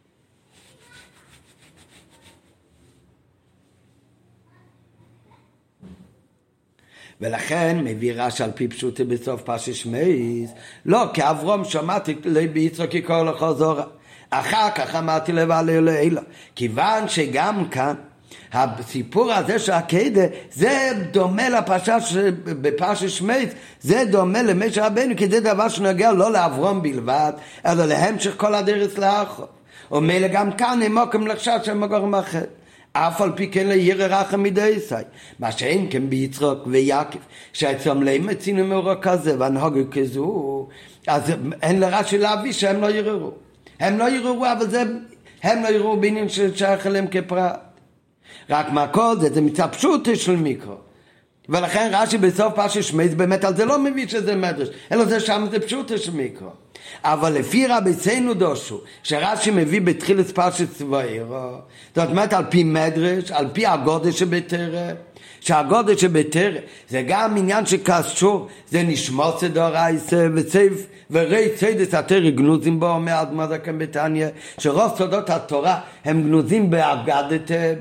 ולכן מביא רש"י על פי פשוטו בסוף פרשת שמות, לא כי אברהם שמעתי ביצחק כי קורא לך זרע, אחר כך אמרתי לבעלי לאלו, כיוון שגם כאן הסיפור הזה של העקדה זה דומה לפרשה בפרשת שמות, זה דומה למשה רבינו, כי זה דבר שנוגע לא לאברהם בלבד אלא להמשך כל הדרך לאחור. ומילא גם כאן הם מוקם לחשש שהם הגורם אחר, אף על פי כן לירא רחם מדי ישראל, מה שאין כן ביצחק ויעקב שאצלם להם מצינו מאורע כזה והנהגו כזו, אז אין לרש"י להביא שהם לא יררו, הם לא יררו, אבל זה הם לא יררו בעניין ששייך אליהם כפרט. רק מה כל זה זה מצד פשוטו של מיקרו, ולכן רש"י בסוף פרשת שמות באמת על זה לא מביא שזה מדרש, אלא זה שם זה פשוט של מיקרו. אבל לפי רבותינו דושו, שרש"י מביא בתחילת פרשת צבאירו, זאת אומרת על פי מדרש, על פי הגודל שבתורה, שהגודל שבתורה זה גם עניין שקשור, זה נשמות דאורייתא וצייף ורי ציידס התורה גנוזים בו, אומר האדמו"ר הזקן בתניא, שרוב סודות התורה הם גנוזים באגדתא,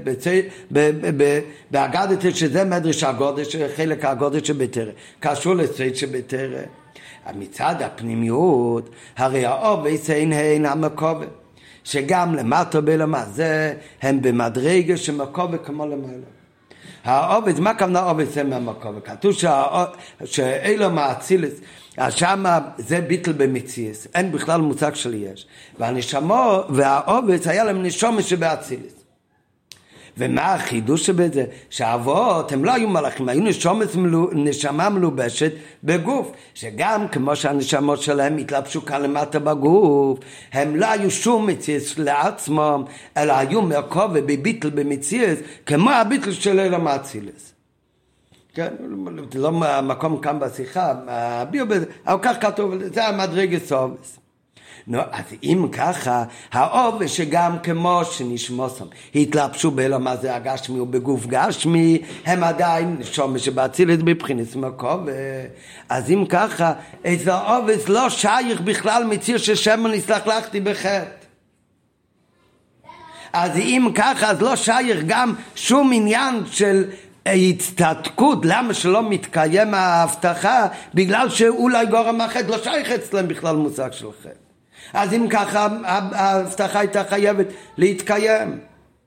באגדתא שזה מדרש הגודל, חלק הגודל שבתורה, קשור לצייד שבתורה. מצד הפנימיות, הרי העובס אין הן המקובה, שגם למטה בלמה זה הם במדרגה שמקובה כמו למעלה. העובס, מה כמנה העובס הם המקובה? כתוב שאילו מאצילס, שמה זה ביטל במציאס, אין בכלל מושג של יש. והנשמו והעובס היה להם נשומה שבאצילס. ומה החידוש שבזה? שהאבות הם לא היו מלאכים, היו נשומת, נשמה מלובשת בגוף, שגם כמו שהנשמות שלהם התלבשו כאן למטה בגוף, הם לא היו שום מציאות לעצמם, אלא היו מרכובה בביטל במציאות, כמו הביטל של אלה מאצילס. כן, לא המקום כאן בשיחה, אבל כך כתוב, זה המדרגת סובס. נו, אז אם ככה, העובס שגם כמו שנשמוסם התלבשו באלו זה הגשמי ובגוף גשמי, הם עדיין נשום שבאצילת בבחינת מקובה. אז אם ככה, איזה העובס לא שייך בכלל מציר ששמן הסלחלכתי בחטא. אז אם ככה, אז לא שייך גם שום עניין של הצטדקות, למה שלא מתקיים ההבטחה, בגלל שאולי גורם החטא, לא שייך אצלם בכלל מושג של חטא. אז אם ככה ההבטחה הייתה חייבת להתקיים.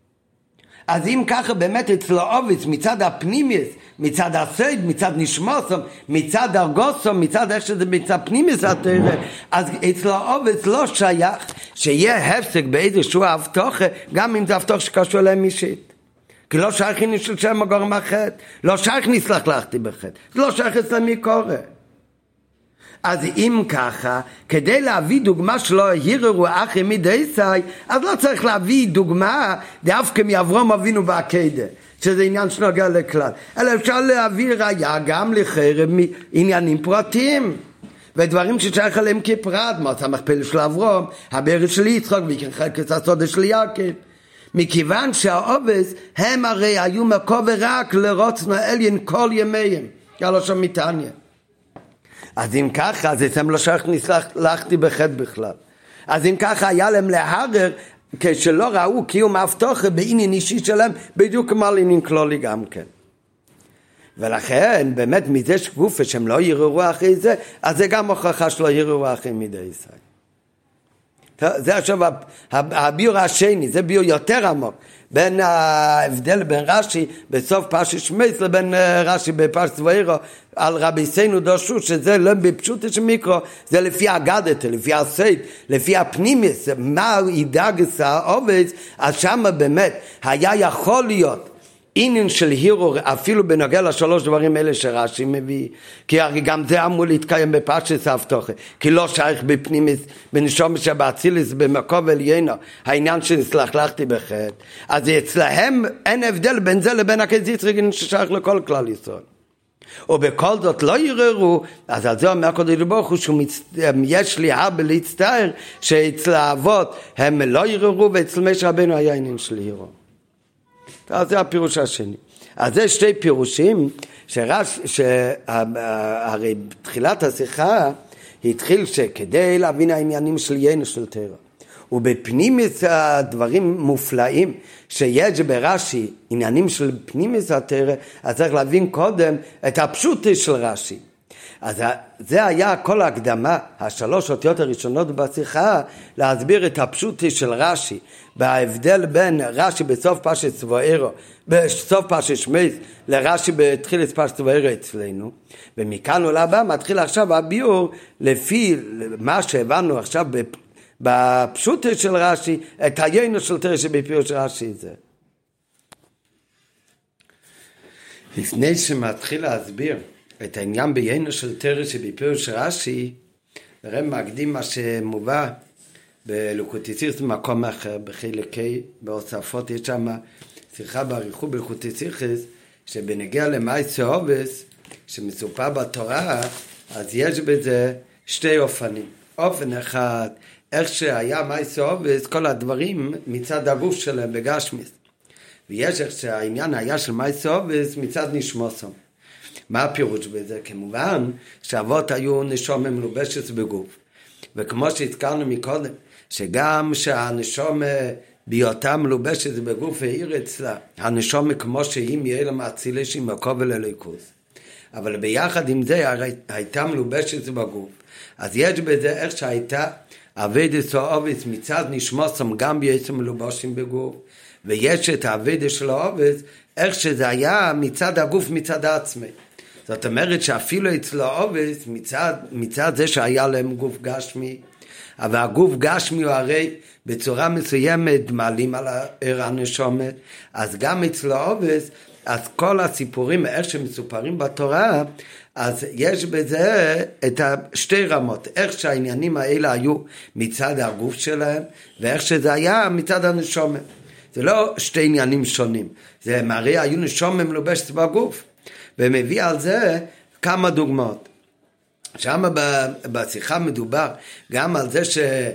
אז אם ככה באמת אצל העובס מצד הפנימיס, מצד הסייד, מצד נשמוסם, מצד ארגוסם, מצד איך שזה מצד פנימיס התורה, אז אצל העובס לא שייך שיהיה הפסק באיזשהו הבטחה, גם אם זה הבטחה שקשור אליהם אישית. כי לא שייך לי של שם הגורם החטא, לא שייך נסלח לכתי בחטא, זה לא שייך אצלם מי קורא. אז אם ככה, כדי להביא דוגמה שלא היררו אחרי מדייסאי, אז לא צריך להביא דוגמה דווקא מאברהם אבינו בעקדה, שזה עניין שנוגע לכלל, אלא אפשר להביא ראיה גם לחרב מעניינים פרטיים, ודברים ששייך עליהם כפרט, מה המכפלה של אברהם, הבאר של יצחק וכחלקת הסודה של יעקב, מכיוון שהעובס הם הרי היו מקובה רק לרוצנו עליין כל ימיהם, יאללה שם מתניא. אז אם ככה, אז אצלם לא שייך נסלחתי בחטא בכלל. אז אם ככה היה להם להרר, כשלא ראו קיום הבטחה בעניין אישי שלהם, בדיוק כמו על עניין כללי גם כן. ולכן, באמת, מזה שגופה שהם לא יראו אחרי זה, אז זה גם הוכחה שלא יראו אחרי מדי ישראל. זה עכשיו הביור השני, זה ביור יותר עמוק, בין ההבדל בין רש"י בסוף פרשת שמות לבין רש"י בפרשת צבאירו על רבותינו דרשו, שזה לא בפשוט של מיקרו, זה לפי אגדתא, לפי הסייד, לפי הפנימיס, מה ידאגס העובס, אז שם באמת היה יכול להיות עניין של הירור אפילו בנוגע לשלוש דברים אלה שרש"י מביא, כי הרי גם זה אמור להתקיים בפרשת הבטחה, כי לא שייך בפנימיס בנשום שבאצילס במקום עליונה העניין שנסלחלכתי בחטא, אז אצלהם אין הבדל בין זה לבין הכזיצריגן ששייך לכל כלל ישראל. ובכל זאת לא יררו, אז על זה אומר הקדוש ברוך הוא שיש לי הרבה להצטער שאצל האבות הם לא יררו, ואצל משה רבנו היה עניין של הירור. אז זה הפירוש השני. אז זה שתי פירושים שרש, שהרי בתחילת השיחה התחיל שכדי להבין העניינים של יינו של תורה, ובפנימיס הדברים מופלאים שיש ברש"י, עניינים של פנימיס התורה, אז צריך להבין קודם את הפשוט של רש"י. אז זה היה כל ההקדמה, השלוש אותיות הראשונות בשיחה, להסביר את הפשוט של רש"י, בהבדל בין רש"י בסוף פרשת צבאירו, בסוף פרשת שמות, לרש"י בתחילת פרשת צבאירו אצלנו, ומכאן ולהבא מתחיל עכשיו הביור לפי מה שהבנו עכשיו בפשוט של רש"י, את היינו של תורה שבפירוש רש"י זה. לפני שמתחיל להסביר את העניין בעיינו של תורה שבפירוש רש"י, נראה מקדים מה שמובא בליקוטי שיחס במקום אחר, בחלקי, בהוספות, יש שם שיחה בעריכות בליקוטי שיחס, שבנגיע למעשה אובס, שמסופר בתורה, אז יש בזה שתי אופנים. אופן אחד, איך שהיה מעשה אובס, כל הדברים מצד הגוף שלהם בגשמיס. ויש איך שהעניין היה של מעשה אובס מצד נשמוסם. מה הפירוש בזה? כמובן שאבות היו נשום מלובשת בגוף. וכמו שהזכרנו מקודם, שגם שהנשום בהיותה מלובשת בגוף העיר אצלה, הנשום כמו שהיא מיעלם מאצילה עם הכובד אלוקות. אבל ביחד עם זה הייתה מלובשת בגוף. אז יש בזה איך שהייתה עבודת האובס מצד נשמוסם גם בעצם מלובשים בגוף, ויש את העבודה של האובס איך שזה היה מצד הגוף מצד העצמי. זאת אומרת שאפילו אצל האובס מצד, מצד זה שהיה להם גוף גשמי, אבל הגוף גשמי הוא הרי בצורה מסוימת מעלים על העיר הנשומת, אז גם אצל האובס, אז כל הסיפורים איך שמסופרים בתורה, אז יש בזה את שתי רמות, איך שהעניינים האלה היו מצד הגוף שלהם, ואיך שזה היה מצד הנשומת. זה לא שתי עניינים שונים, זה מראה היו נשומת מלובשת בגוף, ומביא על זה כמה דוגמאות. שם בשיחה מדובר גם על זה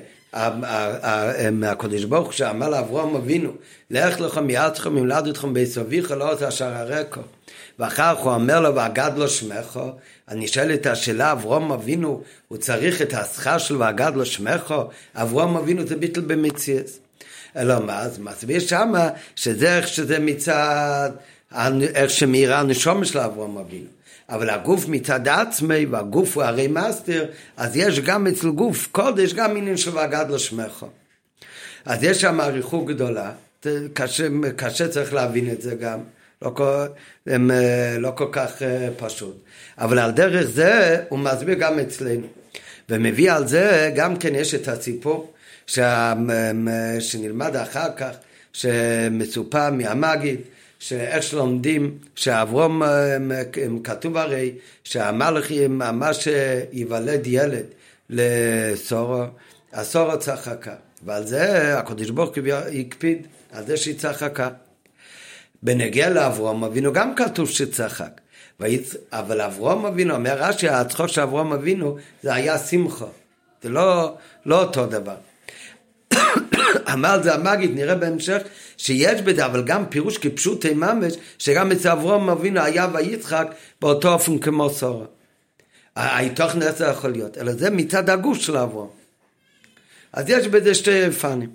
שהקדוש ברוך הוא שאמר לאברהם אבינו, לך לכם מיעדכם יולדתכם בעשביך לא את אשר אראך, ואחר הוא אומר לו ואגד לו שמך. אני שואל את השאלה, אברהם אבינו הוא צריך את השכר שלו ואגד לו שמך? אברהם אבינו זה ביטל במציאות. אלא מה, אז מסביר שמה שזה איך שזה מצד איך שמאירה הנשום של אברהם אבינו, אבל הגוף מצד עצמי, והגוף הוא הרי מאסטר, אז יש גם אצל גוף קודש גם עניין של ואגד לו שמך. אז יש שם אריכות גדולה, קשה, קשה צריך להבין את זה גם, לא כל, הם, לא כל כך פשוט, אבל על דרך זה הוא מסביר גם אצלנו, ומביא על זה גם כן יש את הסיפור שה, שנלמד אחר כך, שמסופר מהמגיד, שאיך שלומדים, שאברום כתוב הרי, שהמלאכים ממש ייוולד ילד לסורו, הסורו צחקה, ועל זה הקדוש ברוך הוא הקפיד, על זה שהיא צחקה. בנגיע לאברום אבינו גם כתוב שצחק, אבל אברום אבינו, אומר רש"י, הצחוק של אברום אבינו, זה היה שמחה, זה לא, לא אותו דבר. אמר זה המגיד, נראה בהמשך שיש בזה, אבל גם פירוש כפשוטי ממש, שגם אצל אברהם אבינו היה ויצחק באותו אופן כמו סורה. ההיתוך נעשה יכול להיות, אלא זה מצד הגוף של אברהם. אז יש בזה שתי פנים.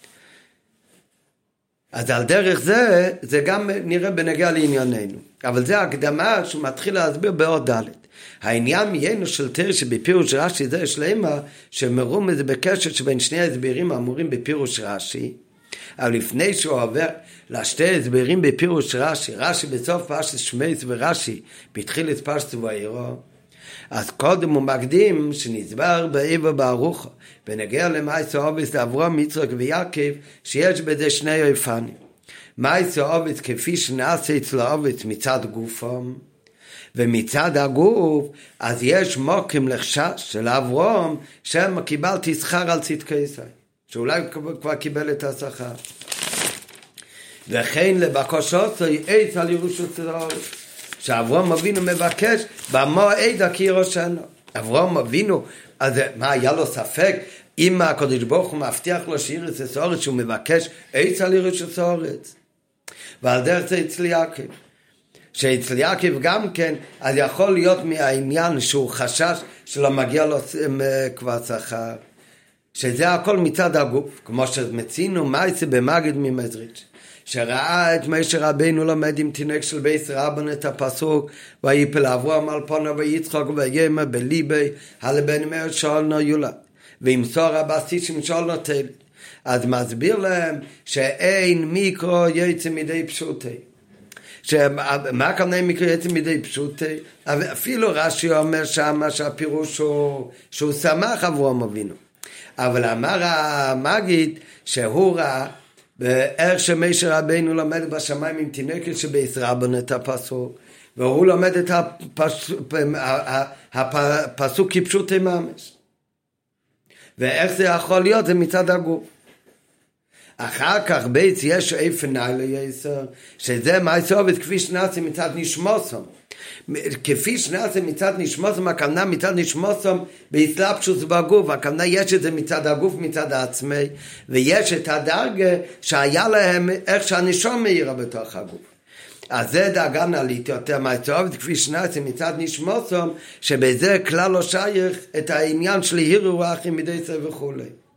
אז על דרך זה, זה גם נראה בנגיע לענייננו. אבל זה הקדמה שהוא מתחיל להסביר בעוד ד'. העניין מיינו של תרא שבפירוש רש"י זה שלמה, שמרום את זה בקשר שבין שני הסברים האמורים בפירוש רש"י, אבל לפני שהוא עובר לשתי הסברים בפירוש רש"י, רש"י בסוף פרשת שמייס ורש"י בתחילת פרשת ואירו, אז קודם הוא מקדים שנסבר באיבה ברוך ונגיע למעשה אובס לאברהם יצחק ויעקב, שיש בזה שני אופנים. מעשה אובס כפי שנעשה אצל אובס מצד גופם, ומצד הגוף אז יש מוקים לחשש של אברהם שמה קיבלתי שכר על צדקי זה, שאולי כבר קיבל את השכר. וכן לבקשות עץ על ירושות הארץ, שאברהם אבינו מבקש במו עד כי ראשנו. אברהם אבינו, אז מה היה לו ספק אם הקדוש ברוך הוא מבטיח לו שירס הארץ שהוא מבקש עץ על ירושות הארץ? ועל דרך זה אצל יעקב, שאצל יעקב גם כן, אז יכול להיות מהעניין שהוא חשש שלא מגיע לו כבר שכר, שזה הכל מצד הגוף, כמו שמצינו מייסה במגיד ממזריץ', שראה את משה רבינו לומד עם תינוק של בית רבן את הפסוק, ויפל אברהם על פניו ויצחק ויאמר בליבי הלבן מאיר שאולנו יולד, וימסור הבסיס עם שאולנו תלד. אז מסביר להם שאין מיקרו יצא מדי פשוטי. שמה הכוונה מקרה יצא מדי פשוטי? אפילו רש"י אומר שמה שהפירוש הוא שהוא שמח אברהם אבינו. אבל אמר המגיד שהוא ראה באיך שמשה רבינו לומד בשמיים עם תינוקת שבית רבן את הפסוק, והוא לומד את הפסוק כפשוטי ממש. ואיך זה יכול להיות? זה מצד הגוף. אחר כך בית יש איפה נעלה יסר, שזה מייסר עובד כפי שנעשה מצד נשמוסם. כפי שנעשה מצד נשמוסם, הכוונה מצד נשמוסם בהתלבשות בגוף, הכוונה יש את זה מצד הגוף, מצד העצמי, ויש את הדרגה שהיה להם איך שהנשום מאירה בתוך הגוף. אז זה דאגה נעלית יותר מייסר עובד כפי שנעשה מצד נשמוסם, שבזה כלל לא שייך את העניין של הירו רחים מדי זה וכו'.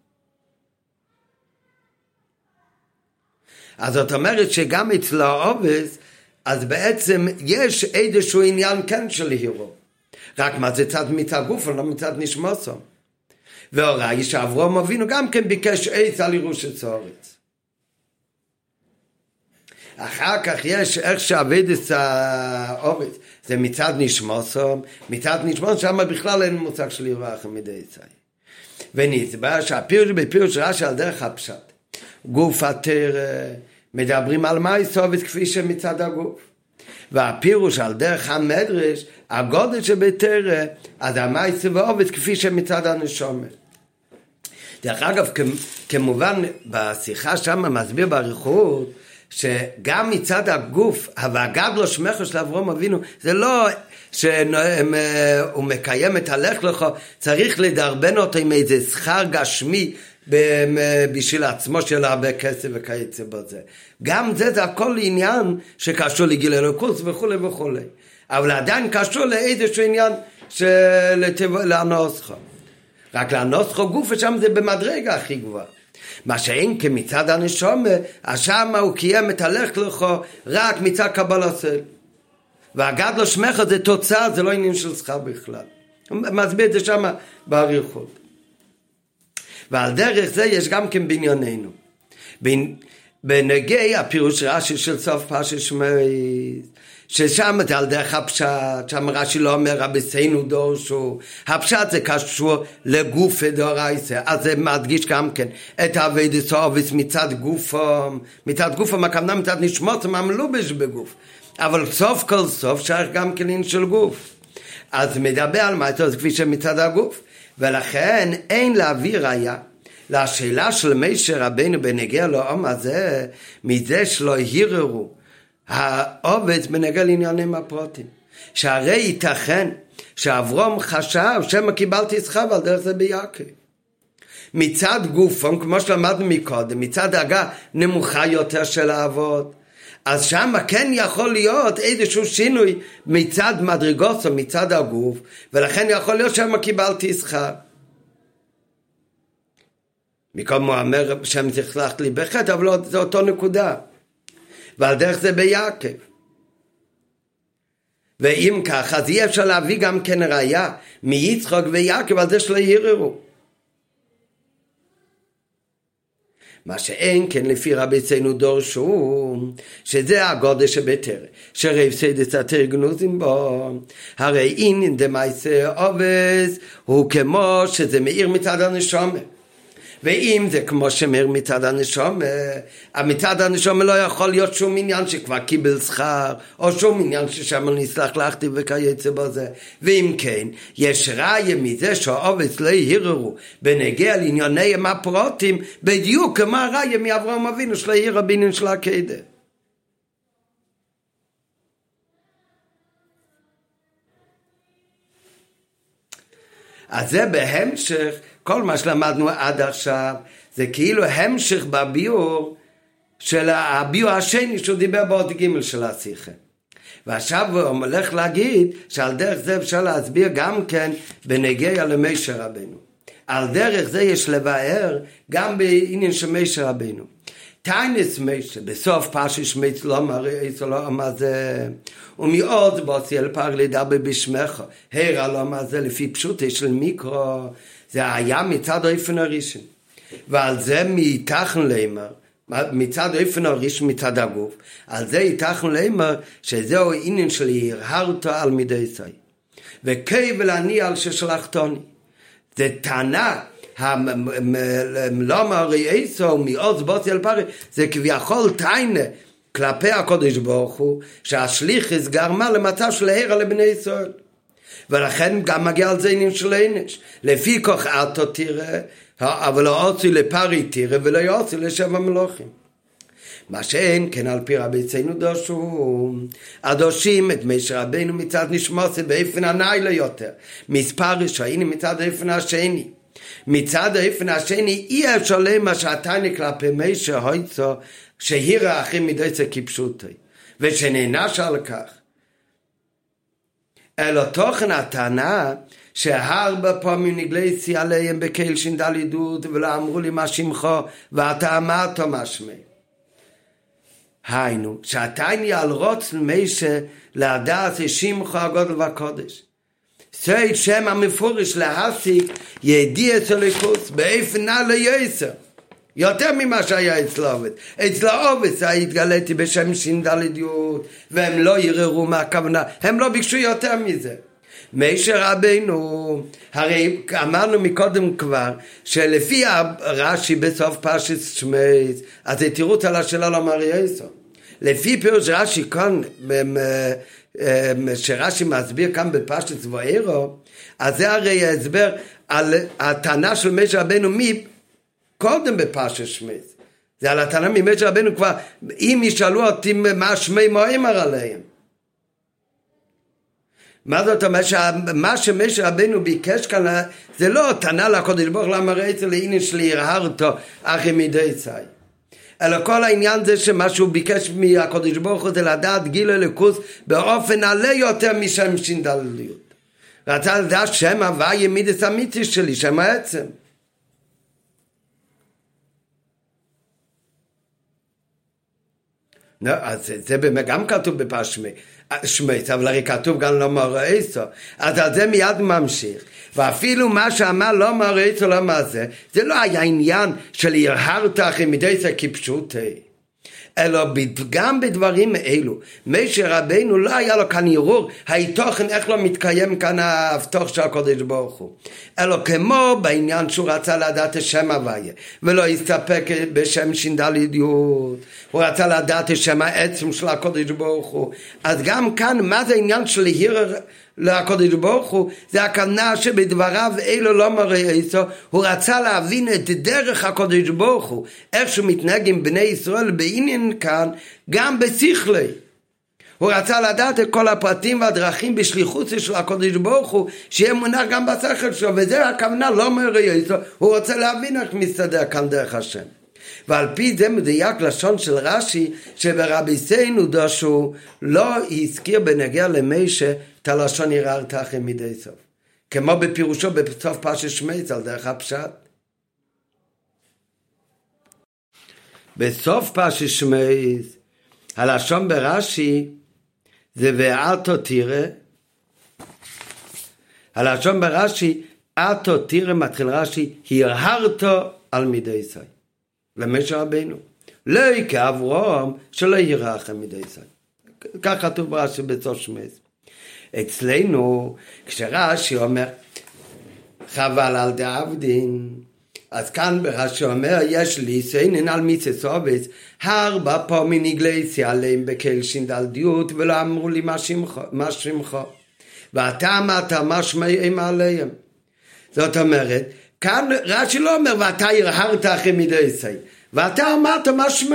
אז זאת אומרת שגם אצל העובס, אז בעצם יש איזשהו עניין כן של הירו. רק מה זה צד מצד גוף, לא מצד נשמוסו. והוראי שאברהם אבינו גם כן ביקש עץ על ירושת הארץ. אחר כך יש איך שעבד את העובס, זה מצד נשמוסו, מצד נשמוסו, שם בכלל אין מושג של הירו אחר מדי צי. ונסבר שהפירוש בפירוש רש"י על דרך הפשט. גוף התרא, מדברים על מייסר עובד כפי שמצד הגוף. והפירוש על דרך המדרש, הגודל שבתרא, אז המייסר ועובד כפי שמצד הנשמה. דרך אגב, כמובן, בשיחה שם מסביר באריכות, שגם מצד הגוף, והגדלו שמחו של אברהם אבינו, זה לא שהוא מקיים את הלך לך, צריך לדרבן אותו עם איזה שכר גשמי, בשביל עצמו של הרבה כסף וכייצא בזה. גם זה זה הכל עניין שקשור לגיל אלוקות וכו' וכו'. אבל עדיין קשור לאיזשהו עניין לנוסחו. רק לנוסחו גוף ושם זה במדרגה הכי גבוהה. מה שאין כמצד הנשמה, אז שם הוא קיים את הלך לך רק מצד קבלה סל. והגדלו שמחה זה תוצאה, זה לא עניין של שכר בכלל. הוא מסביר את זה שם באריכות. ועל דרך זה יש גם כן בענייננו. בנגי הפירוש רש"י של סוף פרשת שמות, ששם זה על דרך הפשט, שם רש"י לא אומר רבנו דורשו, הפשט זה קשור לגוף דאורייתא, אז זה מדגיש גם כן את עבודת העובד מצד גופם, מצד גופם הכוונה מצד נשמתם המלובש בגוף, אבל סוף כל סוף שייך גם כן של גוף. אז מדבר על מה זה כפי שמצד הגוף, ולכן אין להביא ראיה לשאלה של משה רבנו בנגיע לעם הזה, מזה שלא היררו העובד בנגיע לעניינים הפרטיים. שהרי ייתכן שאברהם חשב שמה קיבלתי שכר ועל דרך זה ביעקב. מצד גופם, כמו שלמדנו מקודם, מצד דרגה נמוכה יותר של העבוד, אז שם כן יכול להיות איזשהו שינוי מצד מדרגות או מצד הגוף, ולכן יכול להיות שמה קיבלתי שכר. מקום הוא אומר שם תחלחת לי בחטא, אבל לא, זה אותו נקודה. ועל דרך זה ביעקב. ואם כך, אז אי אפשר להביא גם כן ראיה מיצחק ויעקב על זה שלא היררו. מה שאין כן לפי רבנו דורשו, שזה הגודל שבתרא, שרב סיידס התרא גנוזים בו, הרי אין דמייסר עובד הוא כמו שזה מאיר מצד הנשמה. ואם זה כמו שמאיר מצד הנשמה, מצד הנשמה לא יכול להיות שום עניין שכבר קיבל שכר, או שום עניין ששם נסלח לכתיב וכייצא בזה. ואם כן, יש ראיה מזה שהעובד לא היררו בנגיע לענייניהם הפרטיים, בדיוק כמו הראיה מאברהם אבינו שלא הירר בעניין של העקדה. אז זה בהמשך, כל מה שלמדנו עד עכשיו, זה כאילו המשך בביור של הביור השני שהוא דיבר בעוד ג' של השיחה. ועכשיו הוא הולך להגיד שעל דרך זה אפשר להסביר גם כן בנגיע למשה רבנו. על דרך זה יש לבאר גם בעניין של משה רבנו. תיינס משה, בסוף פרשת שמות לא מראה לא מה זה, ומאוד בוסי אל פר לדבר בשמך, הראה לו מה זה לפי פשוטה של מיקרו, זה היה מצד האופן הראשון. ועל זה מתחן לאמר, מצד האופן הראשון מצד הגוף, על זה יתחן לאמר שזהו עניין של הרהרתו על מידי סי. וכבל אני על ששלחתוני. זה טענה, לא מראי סו מעוז בוסי אל פרי, זה כביכול טענה כלפי הקודש ברוך הוא, שהשליחס גרמה למצב של הערה לבני ישראל. ולכן גם מגיע על זה עניין של ענש. לפי כוח אתו תראה, אבל לא עוצי לפרי תראה ולא יוצי לשבע מלוכים. מה שאין כן על פי רבינו דושו, הדושים את משה רבינו מצד נשמוסי באופן הנילה יותר, מספר ראשונים מצד האופן השני. מצד האופן השני אי אפשר למה שהתניא כלפי משה הויצו שהירא אחים מדייסה כפשוטי, ושנענש על כך. אלא תוכן הטענה שהרבה פעמים נגלייתי עליהם בקהיל שינדל עדות ולא אמרו לי מה שמך ואתה אמרת מה שמי. היינו, שהתניא על רוצן משה לדעת שמך הגודל והקודש. זה שם המפורש להסיק ידיע אצל הליכוס באופן נע ליסר. יותר ממה שהיה אצל עובד. אצל עובד זה התגליתי בשם שינדל עדות והם לא יררו מה הכוונה. הם לא ביקשו יותר מזה. משה רבינו, הרי אמרנו מקודם כבר, שלפי רש"י בסוף פרשת שמות, אז זה תירוץ על השאלה לומר יסו. לפי פירוש רש"י כאן, שרש"י מסביר כאן בפרשת ואירו, אז זה הרי ההסבר על הטענה של משה רבינו מי קודם בפרשת שמות. זה על הטענה ממשה רבינו כבר, אם ישאלו אותי מה שמי מה אמר עליהם. מה זאת אומרת שמה שמשה רבינו ביקש כאן זה לא טענה לקדוש ברוך הוא למה ראית לעניין של ירהרתו אחי מדי צי, אלא כל העניין זה שמה שהוא ביקש מהקדוש ברוך הוא זה לדעת גיל אלוקות באופן עלה יותר משם שינדליות. רצה לדעת שם הוויה מידס אמיתי שלי, שם העצם. לא, אז זה באמת גם כתוב בפרשת שמות, אבל הרי כתוב גם לא מראיסו, אז על זה מיד ממשיך. ואפילו מה שאמר לא מראיסו לא מה זה, זה לא היה עניין של ירהרת אחי מדייסה כפשוטי, אלא גם בדברים אלו משה רבינו לא היה לו כאן ערעור התוכן איך לא מתקיים כאן ההבטוח של הקדוש ברוך הוא, אלא כמו בעניין שהוא רצה לדעת השם הוויה ולא הסתפק בשם שינדליות, הוא רצה לדעת השם העצם של הקדוש ברוך הוא. אז גם כאן מה זה העניין של להיר לקדוש ברוך הוא, זה הכוונה שבדבריו אלו לא מראיסו, הוא רצה להבין את דרך הקדוש ברוך הוא, איך שהוא מתנהג עם בני ישראל בעניין כאן, גם בשכלי. הוא רצה לדעת את כל הפרטים והדרכים בשליחות של הקדוש ברוך הוא, שיהיה מונח גם בשכל שלו, וזה הכוונה לא מראיסו, הוא רוצה להבין איך מסתדר כאן דרך השם. ועל פי זה מדויק לשון של רש"י שברבינו דושו לא הזכיר בנגיע למשה את הלשון ירהרת אחי מדי סוף, כמו בפירושו בסוף פרשת שמות על דרך הפשט. בסוף פרשת שמות הלשון ברש"י זה ואתו תראה, הלשון ברש"י אתו תראה מתחיל רש"י ירהרתו על מדי סוף למשה רבינו, לא כאברהם שלא יראה אחרי מדי סוף. כך כתוב ברש"י בסוף שמות. אצלנו כשרש"י אומר חבל על דעבדין, אז כאן ברש"י אומר יש לי סיינן על מיצס עובס, הרבה פעמים נגלייתי עליהם בקהיל שינדליות ולא אמרו לי מה שמך, מה שמך ואתה אמרת מה שמיים עליהם. זאת אומרת כאן רש"י לא אומר ואתה ירהרת אחרי מדי סוף, ואתה אמרת מה שמי.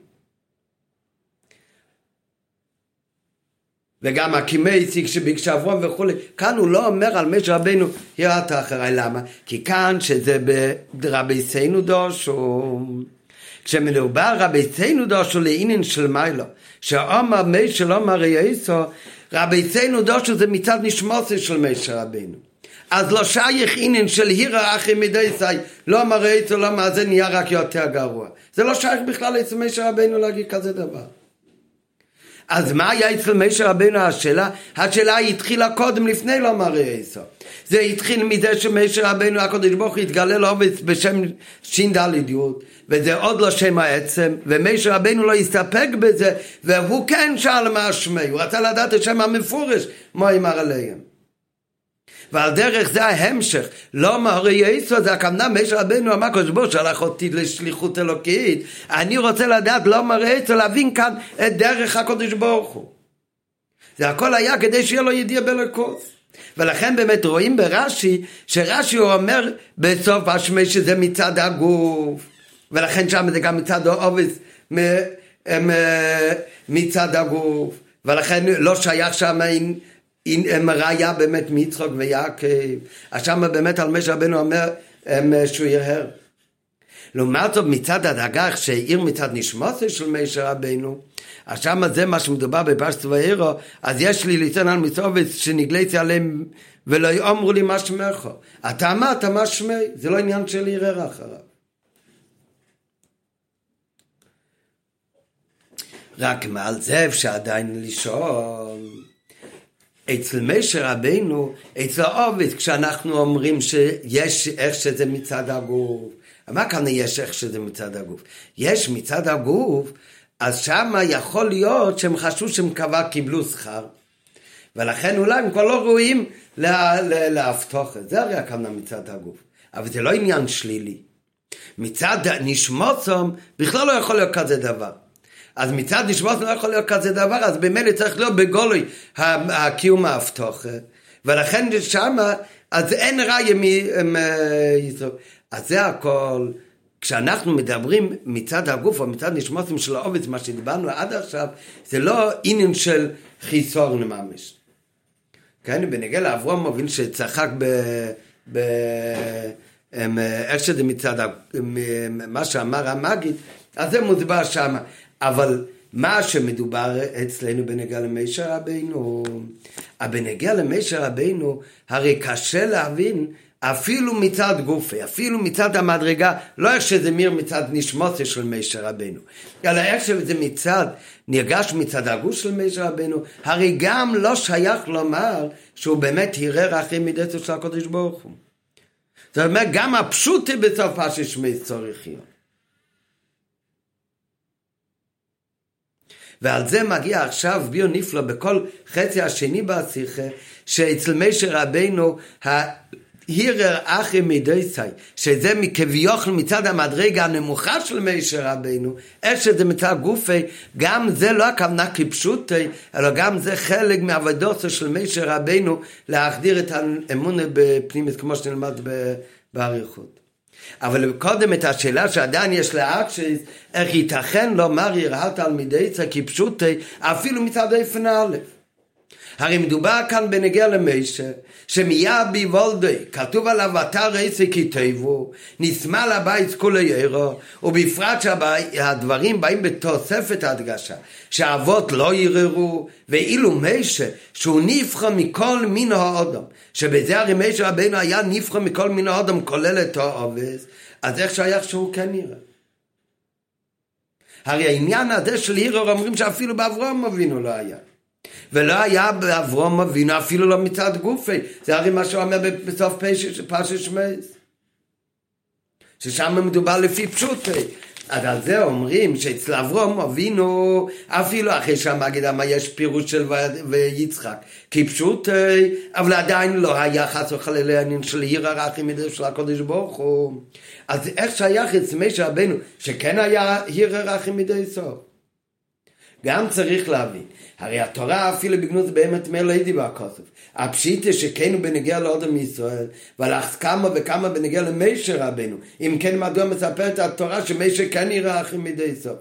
וגם הקימייסיק שביקשה אברהם וכו', כאן הוא לא אומר על משה רבינו ירהרת אחרי. למה? כי כאן שזה ברבינו דושו, כשמדובר רבינו דושו לעניין של מיילו, שאומר משה לא מראיסו, רבינו דושו זה מצד נשמוסי של משה רבינו, אז לא שייך עניין של הירא אחי מדי סי, לא מראיסו, לא מה זה נהיה רק יותר גרוע. זה לא שייך בכלל אצל משה רבינו להגיד כזה דבר. אז מה היה אצל משה רבינו השאלה? השאלה התחילה קודם לפני לא מראיסו. זה התחיל מזה שמשה רבינו הקדוש ברוך הוא התגלה לו בשם שינדליות, וזה עוד לא שם העצם, ומשה רבינו לא הסתפק בזה, והוא כן שאל מה שמי, הוא רצה לדעת את שם המפורש, מה אמר עליהם. ועל דרך זה ההמשך, לא מראיסו, זה הכוונה משה רבינו אמר הקדוש ברוך הוא שלח אותי לשליחות אלוקית, אני רוצה לדעת לא מראיסו, להבין כאן את דרך הקדוש ברוך הוא. זה הכל היה כדי שיהיה לו ידיעה באלוקות. ולכן באמת רואים ברש"י, שרש"י הוא אומר בסוף השמי שזה מצד הגוף, ולכן שם זה גם מצד העובס מצד הגוף, ולכן לא שייך שם עם, עם ראיה באמת מיצחוק ויעקב, אז שם באמת על משה רבנו אומר שהוא ירהר. לעומת זאת מצד הדגה, שהעיר מצד נשמוסו של משה רבנו, אז שם זה מה שמדובר בפרשת וירא, אז יש לי ליתן על מצווה שנגליתי עליהם ולא יאמרו לי מה שמך. אתה אמרת מה שמי, זה לא עניין של ערער אחריו. רק מעל זה אפשר עדיין לשאול, אצל משה רבנו, אצל העובד, כשאנחנו אומרים שיש איך שזה מצד הגוף, מה כאן יש איך שזה מצד הגוף? יש מצד הגוף, אז שם יכול להיות שהם חשבו שהם כבר קיבלו שכר, ולכן אולי הם כבר לא ראויים להבטוח את זה, הרי כאן מצד הגוף. אבל זה לא עניין שלילי. מצד נשמוסם בכלל לא יכול להיות כזה דבר. אז מצד נשמוסם לא יכול להיות כזה דבר, אז במילא צריך להיות בגולוי הקיום ההבטוח. ולכן שם, אז אין ראיה מישראל. אז זה הכל. כשאנחנו מדברים מצד הגוף או מצד נשמוסים של העובד, מה שדיברנו עד עכשיו, זה לא עניין של חיסור ממש. כן, בנגע לאברהם מבין שצחק ב... ב... איך שזה מצד מה שאמר המגיד, אז זה מוסבר שם. אבל מה שמדובר אצלנו בנגע למשה רבנו, בנגע למשה רבנו, הרי קשה להבין אפילו מצד גופי, אפילו מצד המדרגה, לא איך שזה מיר מצד נשמוסי של משה רבנו, אלא איך שזה מצד, נרגש מצד הגוף של משה רבנו, הרי גם לא שייך לומר שהוא באמת יראה אחרי מידתו של הקדוש ברוך הוא. זאת אומרת, גם הפשוטי בסוף השמי צריך להיות. ועל זה מגיע עכשיו ביור נפלא בכל חצי השני בשיחה, שאצל משה רבנו הירר אחרי מידייסי, שזה מכביוכל מצד המדרגה הנמוכה של משה רבנו, איך שזה מצד גופי, גם זה לא הכוונה כפשוטי, אלא גם זה חלק מעבודתו של משה רבנו להחדיר את האמונה בפנימית, כמו שנלמד באריכות. אבל קודם את השאלה שעדיין יש להקשיב, איך ייתכן לומר יראת על מידייסי כפשוטי, אפילו מצד איפן א'. הרי מדובר כאן בנגיע למשה, שמיד ביוולדי, כתוב עליו אתר עסק כתבו, נשמע לבית כולי עירו, ובפרט שהדברים באים בתוספת הדגשה, שהאבות לא יררו, ואילו משה, שהוא נבחר מכל מין האדם, שבזה הרי משה רבנו היה נבחר מכל מין האדם, כולל את העובס, אז איך שייך שהוא כן יראה? הרי העניין הזה של עירו, אומרים שאפילו באברהם אבינו לא היה. ולא היה באברהם אבינו אפילו לא מצד גופי, זה הרי מה שהוא אומר בסוף פרשת שמות, ששם מדובר לפי פשוטי. אז על זה אומרים שאצל אברהם אבינו אפילו אחרי שהמגיד אמר יש פירוש של ויצחק כפשוטי, אבל עדיין לא היה חס וחלילה העניין של יראה אחרי מידתו של הקדוש ברוך הוא. אז איך שייך אצל משה רבנו שכן היה יראה אחרי מידתו? גם צריך להבין, הרי התורה אפילו בגנות באמת מר לידי והכוסף, הפשיטה שכן הוא בנגיע לאדם מישראל, ולאחס כמה וכמה בנגיע למשה רבנו, אם כן מדוע מספרת התורה שמשה כן יראה אחרי מידי סוף.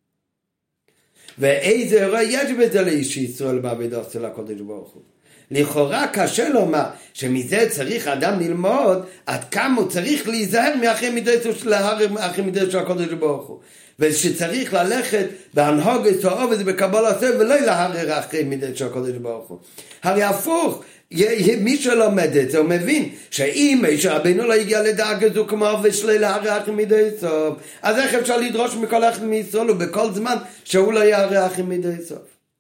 ואיזה אירוע יש בזה לאיש ישראל בעבודתו של הקדוש ברוך הוא. לכאורה קשה לומר שמזה צריך אדם ללמוד עד כמה הוא צריך להיזהר מאחרי מידתו של אחרי מידתו של הקדוש ברוך הוא, ושצריך ללכת בהנהוג את העובד בקבל עשה ולא להרר אחרי מידתו של הקדוש ברוך הוא. הרי הפוך, מי שלומד את זה הוא מבין שאם משה רבנו לא הגיע לדאג זו כמו עובד שלו להרר אחרי מידתו, אז איך אפשר לדרוש מכל אחד מישראל ובכל זמן שהוא לא יראה אחרי מידתו?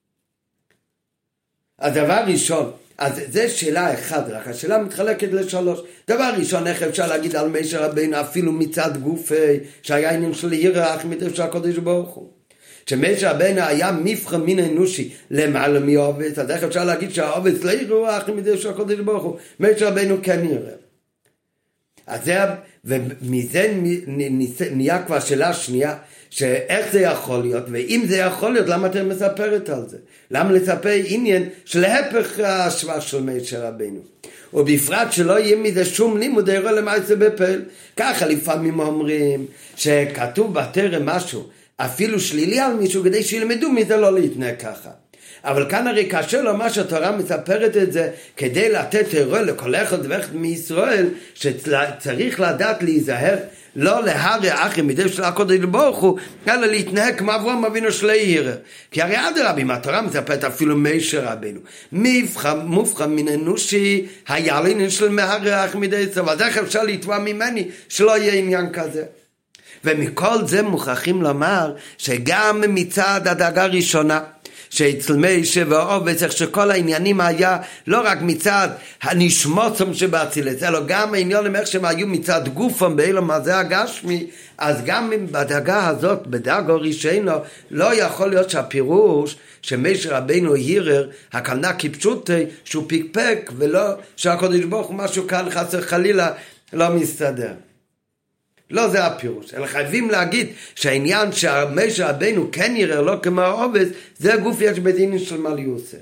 הדבר ראשון, אז זה שאלה אחת, רק השאלה מתחלקת לשלוש. דבר ראשון, איך אפשר להגיד על משה רבנו אפילו מצד גופי, שהיה עניין של יראה אחרי מידתו של הקדוש ברוך הוא. שמשה רבנו היה מבחר מין אנושי למעלה מעובד, אז איך אפשר להגיד שהעובד לא יראה אחרי מידתו של הקדוש ברוך הוא? משה רבנו כן יראה. אז זה, ומזה נהיה כבר שאלה שנייה, שאיך זה יכול להיות, ואם זה יכול להיות, למה אתם מספרת על זה? למה לספר עניין שלהפך ההשוואה של משה רבינו? ובפרט שלא יהיה מזה שום לימוד אירוע למעשה בפעל. ככה לפעמים אומרים שכתוב בתורה משהו, אפילו שלילי על מישהו, כדי שילמדו מזה לא להתנהג ככה. אבל כאן הרי קשה לו מה שהתורה מספרת את זה, כדי לתת אירוע לכל אחד ואחד מישראל, שצריך לדעת להיזהר, לא להרע אחרי מדי של הקודש ברוך הוא, אלא להתנהג כמו אברהם אבינו שלא ירא. כי הרי אדרבה, אם התורה מספרת אפילו משה רבינו, מובחן מן אנושי, היה לעניין של מהרע אחרי מדי צבא, אז איך אפשר לתבוע ממני שלא יהיה עניין כזה? ומכל זה מוכרחים לומר, שגם מצד הדאגה הראשונה, שאצל משה ועובד, איך שכל העניינים היה לא רק מצד הנשמוצם שבאצילת, אלא גם העניינים איך שהם היו מצד גופם באילום הזה הגשמי, אז גם בדאגה הזאת, בדאגה ראשינו, לא יכול להיות שהפירוש שמשה רבינו הירר, הכוונה כפשוטי, שהוא פיקפק, ולא שהקדוש ברוך הוא משהו כאן חסר חלילה לא מסתדר. לא זה הפירוש, אלא חייבים להגיד שהעניין שמשה רבינו כן יראה לא כמו העובד, זה הגוף יש בדינים של מה ליוסה.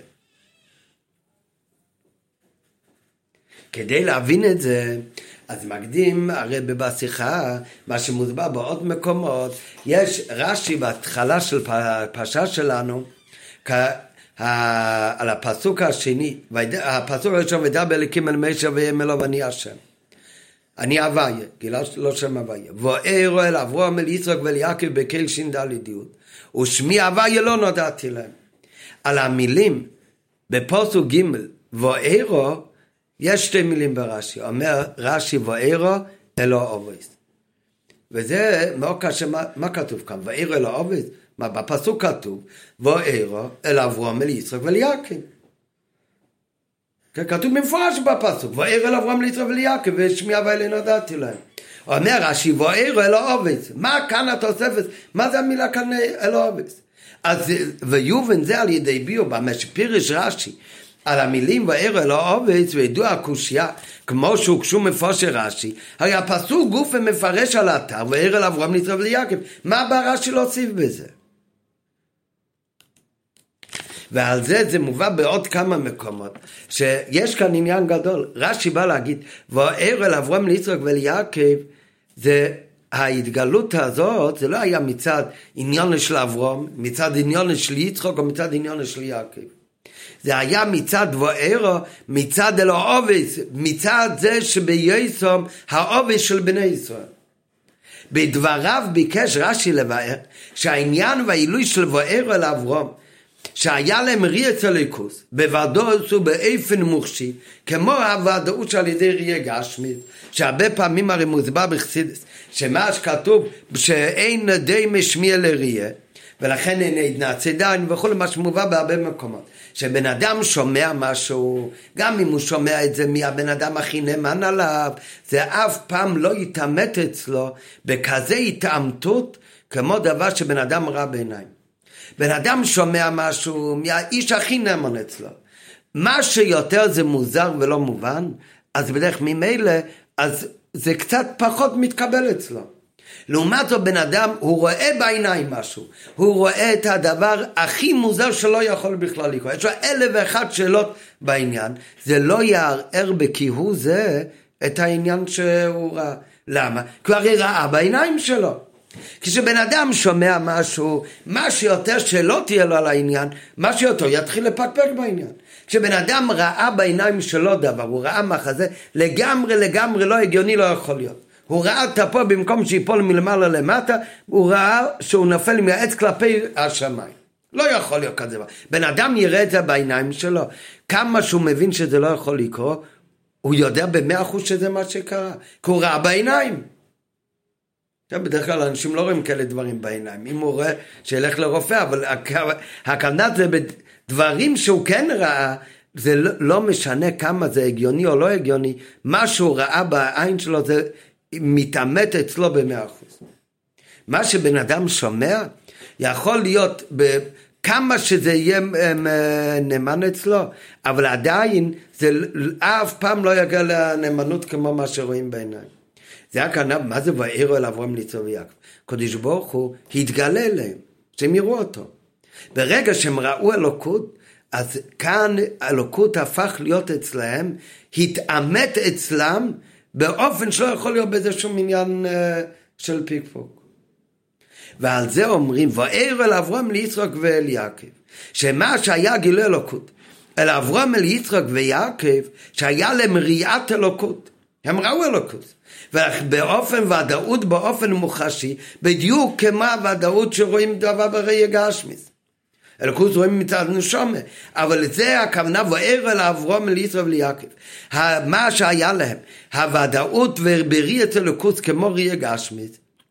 כדי להבין את זה, אז מקדים הרי בשיחה, מה שמוסבר בעוד מקומות, יש רש"י בהתחלה של הפרשה שלנו, על הפסוק השני, הפסוק הראשון, וידבר אלוקים אל משה ויאמר לו ואני השם. אני הוויה, גילה לא שם הוויה. ואירו אל אברהם אל יצחק ואל יעקב בקהיל ש"ד י' ושמי הוויה לא נודעתי להם. על המילים בפסוק ג' ואירו, יש שתי מילים ברש"י. אומר רש"י ואירו אלו עובד. וזה מאוד קשה, מה, מה כתוב כאן? ואירו אלו עובד? מה בפסוק כתוב? ואירו אל אברהם אל יצחק ואל יעקב. כתוב במפורש בפסוק, ואירו אל אברהם ליצחק וליעקב, ושמי הוויה לא נודעתי להם. אומר רש"י, ואירו אל העובד. מה כאן התוספת? מה זה המילה כאן אל העובד? אז ויובן זה על ידי ביור, במה שפירש רש"י, על המילים ואירו אל העובד, וידוע הקושיה, כמו שהוקשו מפורש רש"י, הרי הפסוק גוף ומפרש על האתר, ואירו אל אברהם ליצחק וליעקב. מה בא רש"י להוסיף בזה? ועל זה זה מובא בעוד כמה מקומות, שיש כאן עניין גדול. רש"י בא להגיד, ואירו אל אברהם ליצחק וליעקב, זה ההתגלות הזאת, זה לא היה מצד עניין של אברהם, מצד עניין של יצחק או מצד עניין של יעקב. זה היה מצד ואירו, מצד אל העובד, מצד זה שביסום העובד של בני ישראל. בדבריו ביקש רש"י לבאר, שהעניין והעילוי של ואירו אל אברהם, שהיה להם ריאת אלוקות, בוודאות ובאופן מוחשי, כמו הוודאות שעל ידי ראייה גשמית, שהרבה פעמים הרי מוסבר בחסידות, שמה שכתוב שאין די משמיע לראייה, ולכן אין עדנה צידן וכל מה שמובא בהרבה מקומות, שבן אדם שומע משהו, גם אם הוא שומע את זה מהבן אדם הכי נאמן עליו, זה אף פעם לא יתאמת אצלו בכזה התאמתות, כמו דבר שבן אדם ראה בעיניים. בן אדם שומע משהו מהאיש הכי נאמן אצלו, מה שיותר זה מוזר ולא מובן, אז בדרך ממילא, אז זה קצת פחות מתקבל אצלו. לעומת זאת בן אדם, הוא רואה בעיניים משהו, הוא רואה את הדבר הכי מוזר שלא יכול בכלל לקרוא, יש לו אלף ואחת שאלות בעניין, זה לא יערער בכיהו זה את העניין שהוא ראה. למה? כבר ראה בעיניים שלו. כשבן אדם שומע משהו, מה שיותר שלא תהיה לו על העניין, מה שיותר יתחיל לפקפק בעניין. כשבן אדם ראה בעיניים שלו דבר, הוא ראה מחזה, לגמרי לגמרי לא הגיוני, לא יכול להיות. הוא ראה את פה במקום שיפול מלמעלה למטה, הוא ראה שהוא נופל מהעץ כלפי השמיים. לא יכול להיות כזה דבר. בן אדם יראה את זה בעיניים שלו, כמה שהוא מבין שזה לא יכול לקרות, הוא יודע במאה אחוז שזה מה שקרה, כי הוא ראה בעיניים. בדרך כלל אנשים לא רואים כאלה דברים בעיניים, אם הוא רואה שילך לרופא, אבל הכוונה זה בדברים שהוא כן ראה, זה לא משנה כמה זה הגיוני או לא הגיוני, מה שהוא ראה בעין שלו זה מתאמת אצלו במאה אחוז. מה שבן אדם שומע יכול להיות כמה שזה יהיה נאמן אצלו, אבל עדיין זה אף פעם לא יגיע לנאמנות כמו מה שרואים בעיניים. זה הכוונה, מה זה ואירו אל אברהם ליצחוק ויעקב? קדוש ברוך הוא התגלה להם, שהם יראו אותו. ברגע שהם ראו אלוקות, אז כאן אלוקות הפך להיות אצלהם, התאמת אצלם, באופן שלא יכול להיות בזה שום עניין uh, של פיקפוק. ועל זה אומרים, ואירו אל אברהם ליצחוק ואל יעקב, שמה שהיה גילוי אלוקות, אל אברהם אל יצחוק ויעקב, שהיה להם ראיית אלוקות, הם ראו אלוקות, ובאופן ודאות, באופן מוחשי, בדיוק כמו הוודאות שרואים דבר בראי גשמיס. אלוקות רואים מצד נשמה, אבל זה הכוונה, ואירו אל אברהם אל יצחוק ויעקב, מה שהיה להם, הוודאות ובראיית אלוקות כמו ראי גשמיס,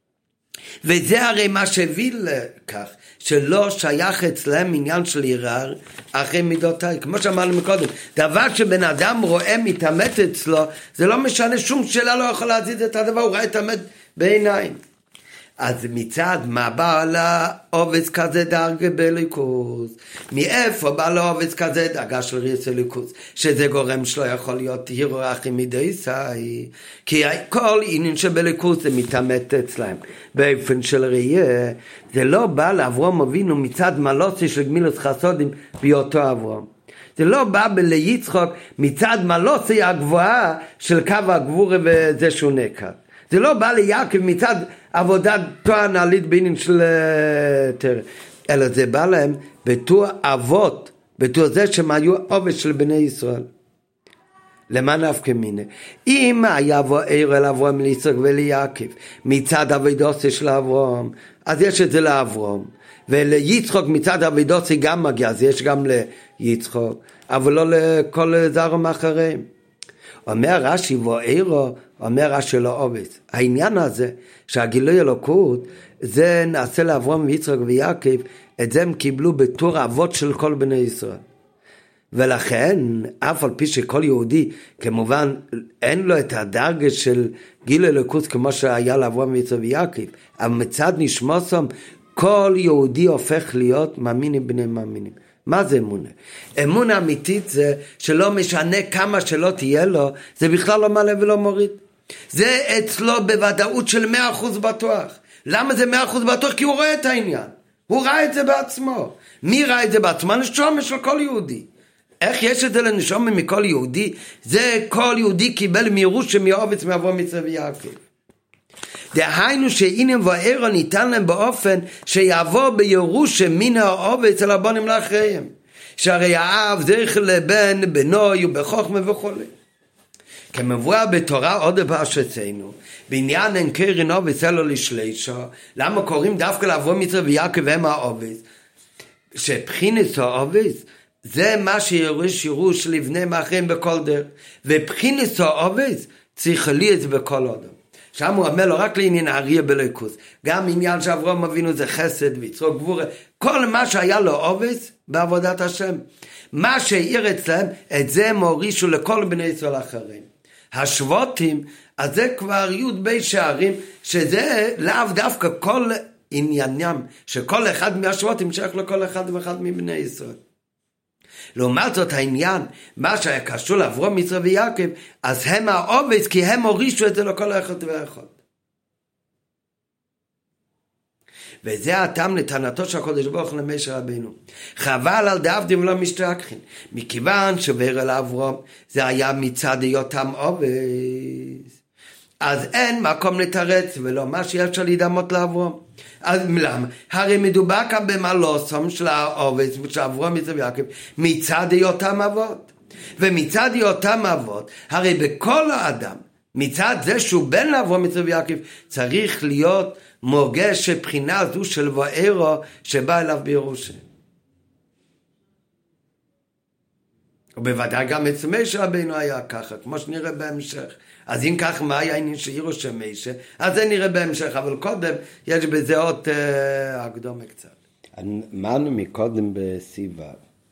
וזה הרי מה שהביא לכך, שלא שייך אצלם עניין של ערער אחרי מידותיי. כמו שאמרנו מקודם, דבר שבן אדם רואה מתאמת אצלו, זה לא משנה, שום שאלה לא יכול להזיז את הדבר, הוא רואה התאמת בעיניים. אז מצד מה בא לעובץ כזה דרגה בליכוז? מאיפה בא לעובץ כזה דרגה של ריס הליכוז? שזה גורם שלא יכול להיות היררכי מדי סי, כי כל עניין שבליכוז זה מתאמת אצלהם באופן של ראייה. זה לא בא לאברהם אבינו מצד מלוסי של גמילות חסודים בהיותו אברהם. זה לא בא ליצחוק מצד מלוסי הגבוהה של קו הגבורה וזה שהוא נקד. זה לא בא ליעקב מצד עבודת תואר נעלית בעניין של תרא, אלא זה בא להם בתור אבות, בתור זה שהם היו עובד של בני ישראל. למה נפקא מינה? אם היה ואירו אל אברהם ליצחוק וליעקב מצד עבודתו של אברהם, אז יש את זה לאברהם, וליצחוק מצד עבודתו גם מגיע, אז יש גם ליצחוק, אבל לא לכל זרם אחרים. אומר רש"י ואירו, אומר רש"י לא עובד. העניין הזה שהגילוי אלוקות זה נעשה לאברהם ויצחק ויעקב, את זה הם קיבלו בתור אבות של כל בני ישראל. ולכן אף על פי שכל יהודי כמובן אין לו את הדרגה של גילוי אלוקות כמו שהיה לאברהם ויצחק ויעקב, אבל מצד נשמוסם כל יהודי הופך להיות מאמינים בני מאמינים. מה זה אמונה? אמונה אמיתית זה שלא משנה כמה שלא תהיה לו, זה בכלל לא מעלה ולא מוריד. זה אצלו בוודאות של מאה אחוז בטוח. למה זה מאה אחוז בטוח? כי הוא רואה את העניין. הוא ראה את זה בעצמו. מי ראה את זה בעצמו? הנשמה של כל יהודי. איך יש את זה לנשמה מכל יהודי? זה כל יהודי קיבל מירוש מאובץ מאברהם יצחק ויעקב. דהיינו שהנה ואירו ניתן להם באופן שיעבור בירוש מן האובץ אל הבנים לאחריהם, שהרי האב זכר לבן בנוי ובחוכמה וכו'. כמבואר בתורה עוד בפרשתנו בעניין אין קרן אובץ אלא לשלישו, למה קוראים דווקא לאברהם יצחק ויעקב הם האובץ? שבחינת האובץ זה מה שירוש ירוש לבני מאחריהם בכל דרך, ובחינת האובץ צריך לי את זה בכל אדם. שם הוא אומר לו רק לעניין האריה בליכוז, גם עניין שאברהם אבינו זה חסד ויצחק גבורה, כל מה שהיה לו עובס בעבודת השם, מה שהעיר אצלם, את זה הם הורישו לכל בני ישראל אחרים. השבותים, אז זה כבר י' בי שערים, שזה לאו דווקא כל עניינם, שכל אחד מהשבותים שייך לכל אחד ואחד מבני ישראל. לעומת זאת העניין, מה שהיה קשור לאברהם יצחק ויעקב, אז הם העובץ, כי הם הורישו את זה לכל אחד ואחד. וזה הטעם לטענתו של הקדוש ברוך הוא למשה רבינו. חבל על דעבדים ולא משתכחין, מכיוון שאירו אל אברהם זה היה מצד היותם עובץ, אז אין מקום לתרץ ולא מה שיש על להידמות לאברהם. אז למה? הרי מדובר כאן במלוסם של העובץ של אברהם יצחק ויעקב מצד היותם אבות, ומצד היותם אבות הרי בכל האדם מצד זה שהוא בן לאברהם יצחק ויעקב צריך להיות מורגש שבחינה זו של ואירו שבא אליו בירושה. ובוודאי גם אצל משה רבינו היה ככה, כמו שנראה בהמשך. אז אם כך, מה היה העניין שהעירו של משה? אז זה נראה בהמשך, אבל קודם יש בזה עוד אה, הקדומה קצת. אמרנו מקודם בסיבה,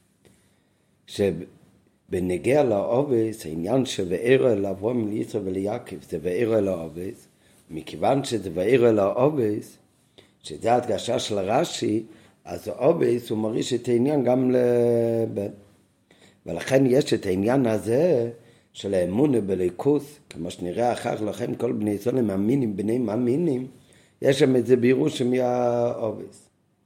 שבנגיע לעובס, העניין שבאירו אל אברהם ליצחק וליעקב, זה באירו אל העובס, מכיוון שזה באירו אל העובס, שזה הדגשה של רש"י, אז העובס הוא מריש את העניין גם לבן. ולכן יש את העניין הזה, של האמונה בליכוס, כמו שנראה אחר לכם כל בני ישראל הם מאמינים, בני מאמינים, יש שם את זה בירוש מהאובס.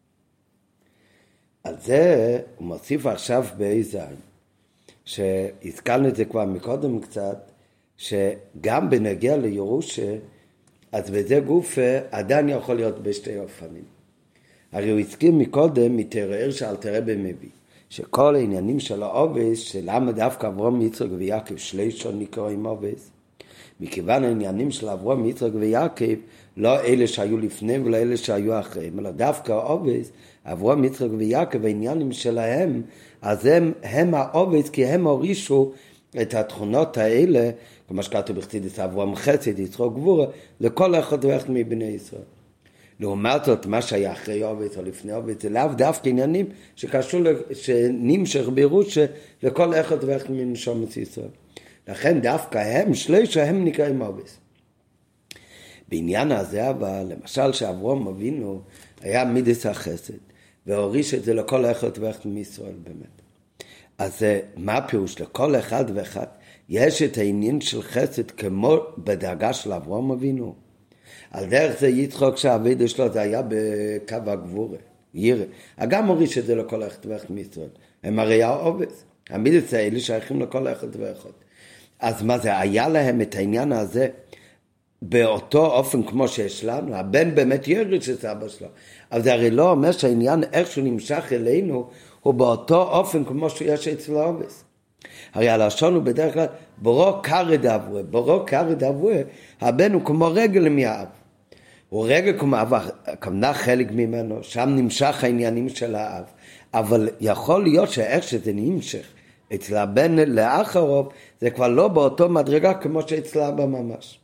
על זה הוא מוסיף עכשיו באיזן, שהזכרנו את זה כבר מקודם קצת, שגם בנגיע לירושה, אז בזה גוף עדיין יכול להיות בשתי אופנים. הרי הוא הזכיר מקודם מתרער שאל תראה במביא, שכל העניינים של האובס, שלמה דווקא אברהם, יצחק ויעקב שלישון נקראים אובס, מכיוון העניינים של אברהם, יצחק ויעקב, לא אלה שהיו לפני ולא אלה שהיו אחריהם, אלא דווקא האובס, אברהם, יצחק ויעקב, העניינים שלהם, אז הם, הם האובס, כי הם הורישו את התכונות האלה, כמו שכתוב בחסידות אברהם חסד, יצחק גבורה, לכל אחד ואחד מבני ישראל. לעומת זאת, מה שהיה אחרי אובס או לפני אובס, זה לאו דווקא עניינים שקשור, שנמשך בירושה לכל אחד ואחד מנשומת ישראל. לכן דווקא הם, שלישה, הם נקראים אובס. בעניין הזה, אבל, למשל שאברהם אבינו היה מידס החסד, והוריש את זה לכל אחד ואחד מישראל באמת. אז מה הפירוש? לכל אחד ואחד יש את העניין של חסד כמו בדרגה של אברהם אבינו. על דרך זה יצחק שהעבודה שלו זה היה בקו הגבורה, ירא. גם הוריש את זה לכל אחד ואחד מישראל. הם הרי האובס. המידס האלה שייכים לכל אחד ואחד. אז מה זה? היה להם את העניין הזה באותו אופן כמו שיש לנו. הבן באמת ירש את אבא שלו. אבל זה הרי לא אומר שהעניין איכשהו נמשך אלינו הוא באותו אופן כמו שיש אצל האובס. הרי הלשון הוא בדרך כלל בורו קרד אבוה. בורו קרד אבוה, הבן הוא כמו רגל מהאב. הוא רגל כמו אב, כמנה חלק ממנו, שם נמשך העניינים של האב. אבל יכול להיות שאיך שזה נמשך אצל הבן לאחרוב, זה כבר לא באותו מדרגה כמו שאצל אבא ממש.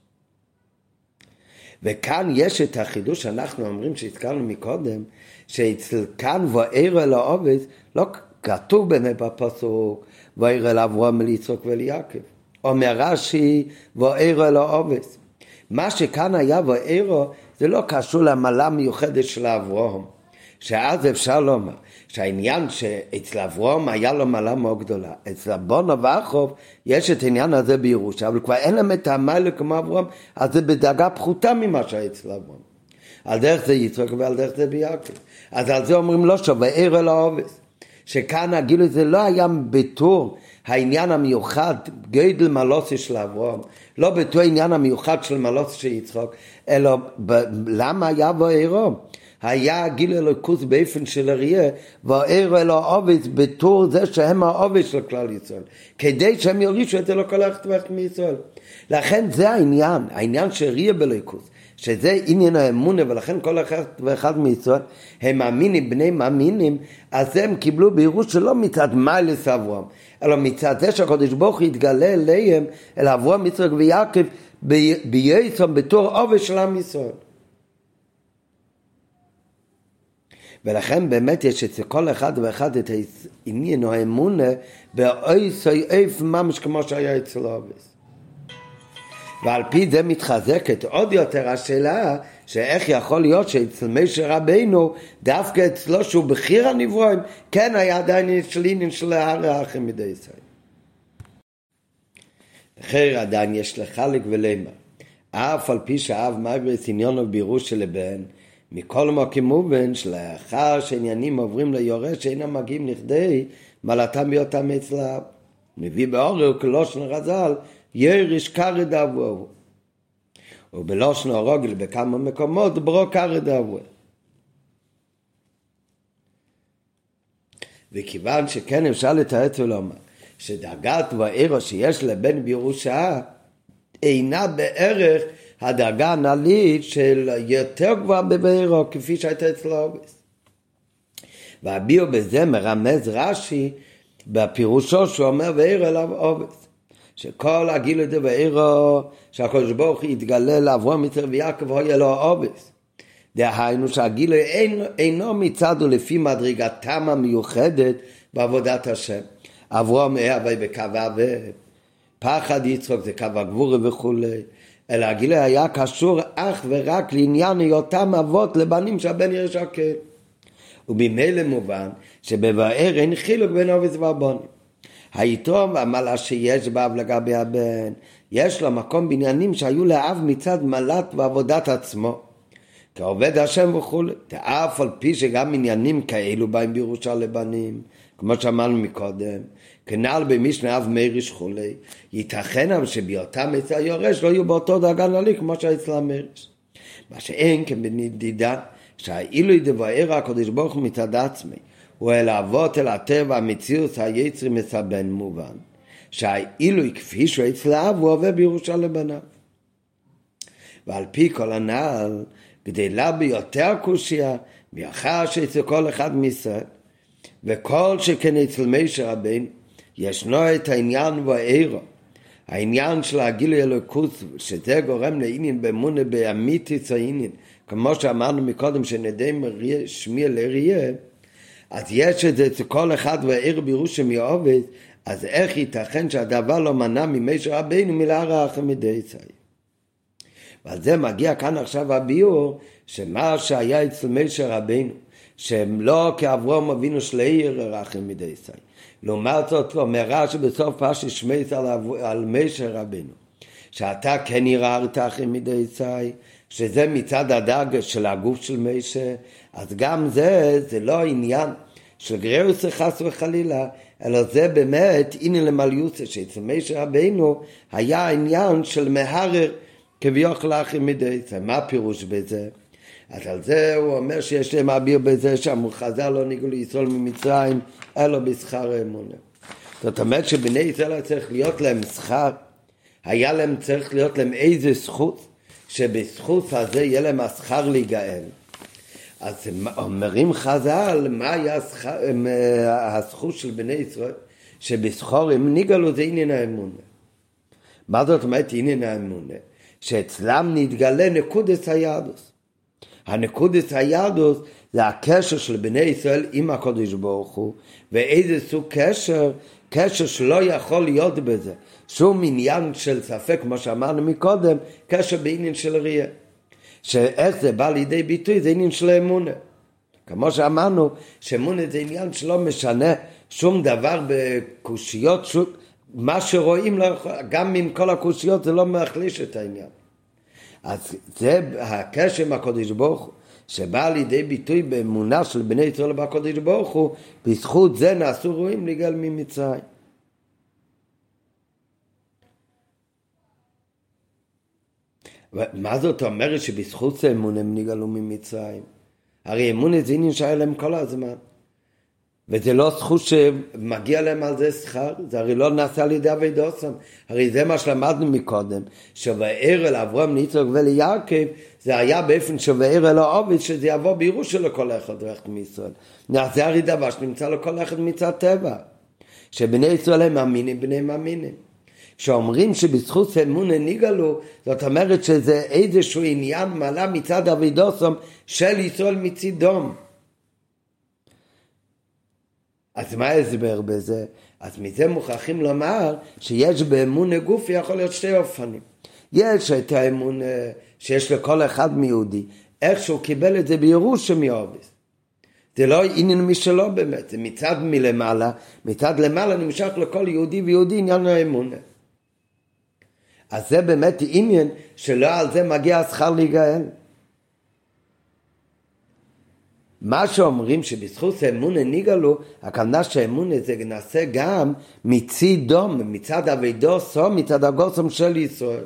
וכאן יש את החידוש שאנחנו אומרים שהזכרנו מקודם, שאצל כאן ואיר אל האובס, לא כתוב באמת בפסוק, ואיר אל אברהם אל יצחק ואל יעקב. אומר רש"י, ואיר אל האובס. מה שכאן היה ואירו, זה לא קשור למעלה מיוחדת של אברהם. שאז אפשר לומר, שהעניין שאצל אברהם היה לו מעלה מאוד גדולה. אצל בנו ואחרוב יש את העניין הזה בירושה, אבל כבר אין להם את המעלה כמו אברהם, אז זה בדרגה פחותה ממה שהיה אצל אברהם. על דרך זה יצחק ועל דרך זה ביעקב. אז על זה אומרים לא שווה עיר אל האובס. שכאן הגילו זה לא היה בתור העניין המיוחד, גדל מלוסי של אברהם, לא בתור העניין המיוחד של מלוסי של יצחק, אלא ב- למה היה בו עירו? היה גיל אלוקוס באופן של אריה, והעיר אל האובס בתור זה שהם האובס של כלל ישראל, כדי שהם יורישו את אלוק כל אחד ואחד מישראל. לכן זה העניין, העניין של אריה באלוקוס, שזה עניין האמונה, ולכן כל אחד ואחד מישראל, הם מאמינים, בני מאמינים, אז הם קיבלו בירוש שלא מצד מיילס אברהם, אלא מצד זה שהקדוש ברוך הוא יתגלה אליהם, אל אברהם, יצחק ויעקב, בייסום בתור אובס של עם ישראל. ולכן באמת יש אצל כל אחד ואחד את העניין או האמונה באויסוי איף ממש כמו שהיה אצל האובס. ועל פי זה מתחזקת עוד יותר השאלה שאיך יכול להיות שאצל משה רבינו דווקא אצלו שהוא בחיר הנברואים כן היה עדיין של עניין של ההר האחים מדי ישראל. אחר עדיין יש לחלק ולמה אף על פי שאב מברס עניונו בירוש של הבן מכל מקום מובן שלאחר שעניינים עוברים ליורש שאינם מגיעים לכדי מעלתם בהיותם אצלה. מביא באורו כלושן רז"ל ירש קרד אבוהו. ובלושן הרוגל בכמה מקומות ברו קרד אבוהו. וכיוון שכן אפשר לתאר ולומר שדרגת ואירו שיש לבן בירושה אינה בערך הדרגה הנעלית של יותר גבוהה בבארו כפי שהייתה אצל האובס. והביאו בזה מרמז רש"י בפירושו שהוא אומר ואירו אל האובס. שכל הגיל הזה ואירו שהקדוש ברוך הוא יתגלה לאברהם יצחק ויעקב היה לו האובס. דהיינו שהגיל אינו, אינו מצד ולפי מדרגתם המיוחדת בעבודת השם. אברהם היה בקו האבל, פחד יצחק זה קו הגבורה וכולי. אלא הגיל היה קשור אך ורק לעניין היותם אבות לבנים שהבן ירשקל. ובמילא מובן שבבאר אין חילוק בין אובס והבנים. היתרון והמעלה שיש באב לגבי הבן, יש לו מקום בעניינים שהיו לאב מצד מלט ועבודת עצמו, כעובד השם וכו'. אף על פי שגם עניינים כאלו באים בירושה לבנים, כמו שאמרנו מקודם, כנ"ל במשנה אב מריש וכולי, ייתכן אבל שבהיותם אצל היורש לא יהיו באותו דרגה נעלי כמו שאצל המריש. מה שאין כבנדידה, שהאילוי דבער הקדוש ברוך הוא מצד עצמי, הוא אל אבות אל הטבע המציאות היצרי מסבן מובן, שהאילוי כפי שהוא אצל האב הוא עובר בירושה לבניו. ועל פי כל הנעל, גדלה ביותר קושיה, מאחר שאצל כל אחד מישראל, וכל שכן אצל משה רבינו, ישנו את העניין והעירו, העניין של הגילוי אלוקות, שזה גורם לעניין באמונה באמיתיס העניין, כמו שאמרנו מקודם שנדע שמי לראייה, אז יש את זה אצל כל אחד והעיר בירושה מעובד, אז איך ייתכן שהדבר לא מנע ממשה רבינו מלהרח מדי ישראל? ועל זה מגיע כאן עכשיו הביור, שמה שהיה אצל משה רבינו, שהם לא כאברהם אבינו שלעיר רחם מדי ישראל. לעומת זאת אומרה שבסוף פרשת שמות על, על משה רבינו, שאתה כן יראת רחם מדי ישראל, שזה מצד הדרגה של הגוף של משה, אז גם זה, זה לא עניין של גרירוס חס וחלילה, אלא זה באמת עניין למליוס, שאצל משה רבינו היה עניין של מהרר כביכול רחם מדי ישראל. מה הפירוש בזה? אז על זה הוא אומר שיש להם אביר בזה שהמוחזר לא ניגו לישראל ממצרים אלא בשכר האמונה. זאת אומרת שבני ישראל צריך להיות להם שכר, היה להם צריך להיות להם איזה זכות, שבזכות הזה יהיה להם השכר להיגאל. אז אומרים חז"ל, מה היה השכר, הזכות של בני ישראל? שבשכר הם ניגלו זה עניין האמונה. מה זאת אומרת עניין האמונה? שאצלם נתגלה נקודס היהדות. הנקודס היהדות זה הקשר של בני ישראל עם הקדוש ברוך הוא, ואיזה סוג קשר? קשר שלא יכול להיות בזה שום עניין של ספק, כמו שאמרנו מקודם, קשר בעניין של ראייה. שאיך זה בא לידי ביטוי? זה עניין של אמונה. כמו שאמרנו, שאמונה זה עניין שלא משנה שום דבר בקושיות, שום, מה שרואים, גם עם כל הקושיות זה לא מחליש את העניין. אז זה הקשר עם הקדוש ברוך הוא, שבא לידי ביטוי באמונה של בני ישראל בקדוש ברוך הוא, בזכות זה נעשו רואים לגאול ממצרים. מה זאת אומרת שבזכות זה אמונה הם נגאלו ממצרים? הרי אמונה זה עניין שהיה להם כל הזמן, וזה לא זכות שמגיע להם על זה שכר, זה הרי לא נעשה על ידי אבידוסם. הרי זה מה שלמדנו מקודם, שבאר אל אברהם ליצחק וליעקב, זה היה באופן שבאר אל העובד, שזה יבוא בירושה לכל אחד ואחד מישראל. זה הרי דבר שנמצא לכל אחד מצד טבע, שבני ישראל הם מאמינים, בני מאמינים. שאומרים שבזכות אמונה נגאלו, זאת אומרת שזה איזשהו עניין מעלה מצד אבידוסם של ישראל מצידום. אז מה ההסבר בזה? אז מזה מוכרחים לומר שיש באמונה גופי יכול להיות שתי אופנים. יש את האמונה שיש לכל אחד מיהודי, איך שהוא קיבל את זה בירושה מעובד. זה לא עניין משלו באמת, זה מצד מלמעלה, מצד למעלה נמשך לכל יהודי ויהודי עניין האמונה. אז זה באמת עניין שלא על זה מגיע השכר להיגאל. מה שאומרים שבזכות האמונה נגאלו, הכוונה שהאמונה זה נעשה גם מצידום, מצד אבידוסום, מצד הגוסום של ישראל.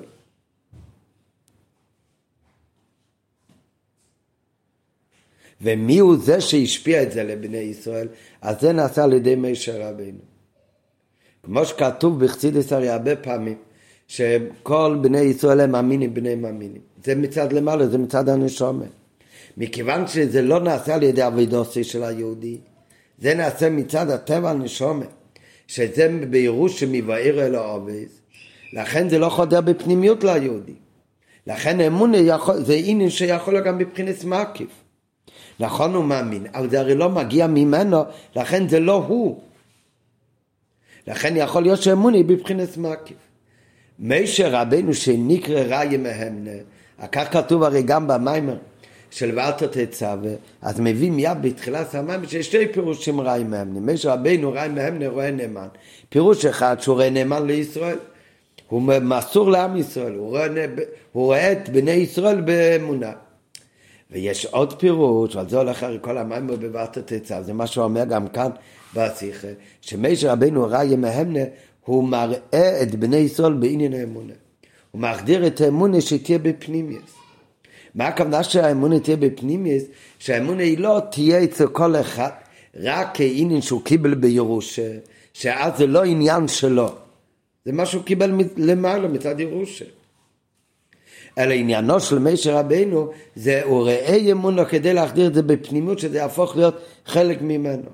ומי הוא זה שהשפיע את זה לבני ישראל? אז זה נעשה על ידי משה רבינו. כמו שכתוב בחסידות הרי הרבה פעמים, שכל בני ישראל הם מאמינים, בני מאמינים. זה מצד למעלה, זה מצד הנשמה. מכיוון שזה לא נעשה על ידי אבידוסי של היהודי, זה נעשה מצד הטבע הנשמה, שזה בירושה מבאר אל העובד, לכן זה לא חודר בפנימיות ליהודי. לכן אמונה יכול, זה עניין שיכול גם בבחינת מקיף. נכון הוא מאמין, אבל זה הרי לא מגיע ממנו, לכן זה לא הוא. לכן יכול להיות שאמונה היא בבחינת מקיף. משה רבינו שנקרא ראיה מהמנה, כך כתוב הרי גם במיימר, של ואלתר תצווה, אז מביא מיד בתחילת המים שיש שתי פירושים ראי מהמנה. משה רבינו ראי מהמנה רואה נאמן. פירוש אחד שהוא רואה נאמן לישראל, הוא מסור לעם ישראל, הוא רואה, הוא רואה את בני ישראל באמונה. ויש עוד פירוש, ועל זה הולך הרי כל המים בוואלתר תצווה, זה מה שהוא אומר גם כאן בשיחה, שמשה רבינו ראי מהמנה, הוא מראה את בני ישראל בעניין האמונה. הוא מחדיר את האמונה שתהיה בפנימיות. מה הכוונה שהאמונה תהיה בפנימיות? שהאמונה היא לא תהיה אצל כל אחד, רק כעניין שהוא קיבל בירושה, שאז זה לא עניין שלו. זה מה שהוא קיבל למעלה מצד ירושה. אלא עניינו של משה רבינו, זה הוא ראה אמונה כדי להחדיר את זה בפנימיות, שזה יהפוך להיות חלק ממנו.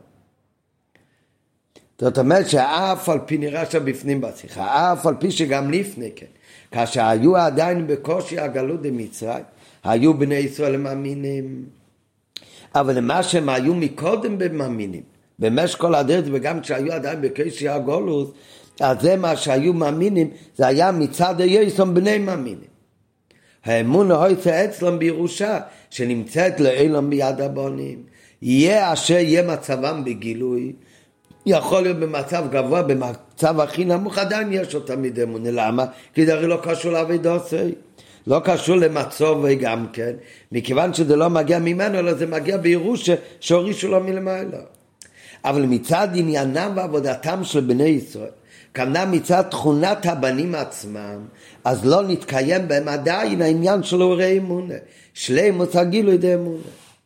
זאת אומרת שאף על פי נראה שבפנים בשיחה, אף על פי שגם לפני כן, כאשר היו עדיין בקושי הגלות במצרים, היו בני ישראל מאמינים, אבל למה שהם היו מקודם במאמינים, במשך כל הדרך וגם כשהיו עדיין בקושי הגלות, אז זה מה שהיו מאמינים, זה היה מצד היסום בני מאמינים. האמונה הייתה אצלם בירושה, שנמצאת לאילם ביד הבונים, יהיה אשר יהיה מצבם בגילוי, יכול להיות במצב גבוה, במצב הכי נמוך, עדיין יש לו תמיד אמונה. למה? כי זה הרי לא קשור לעבודתו, לא קשור למצב וגם כן, מכיוון שזה לא מגיע ממנו, אלא זה מגיע בירושה שהורישו לו מלמעלה. אבל מצד עניינם ועבודתם של בני ישראל, כמנה מצד תכונת הבנים עצמם, אז לא נתקיים בהם עדיין העניין של אורי אמונה, שלמות הגילוי דאמונה.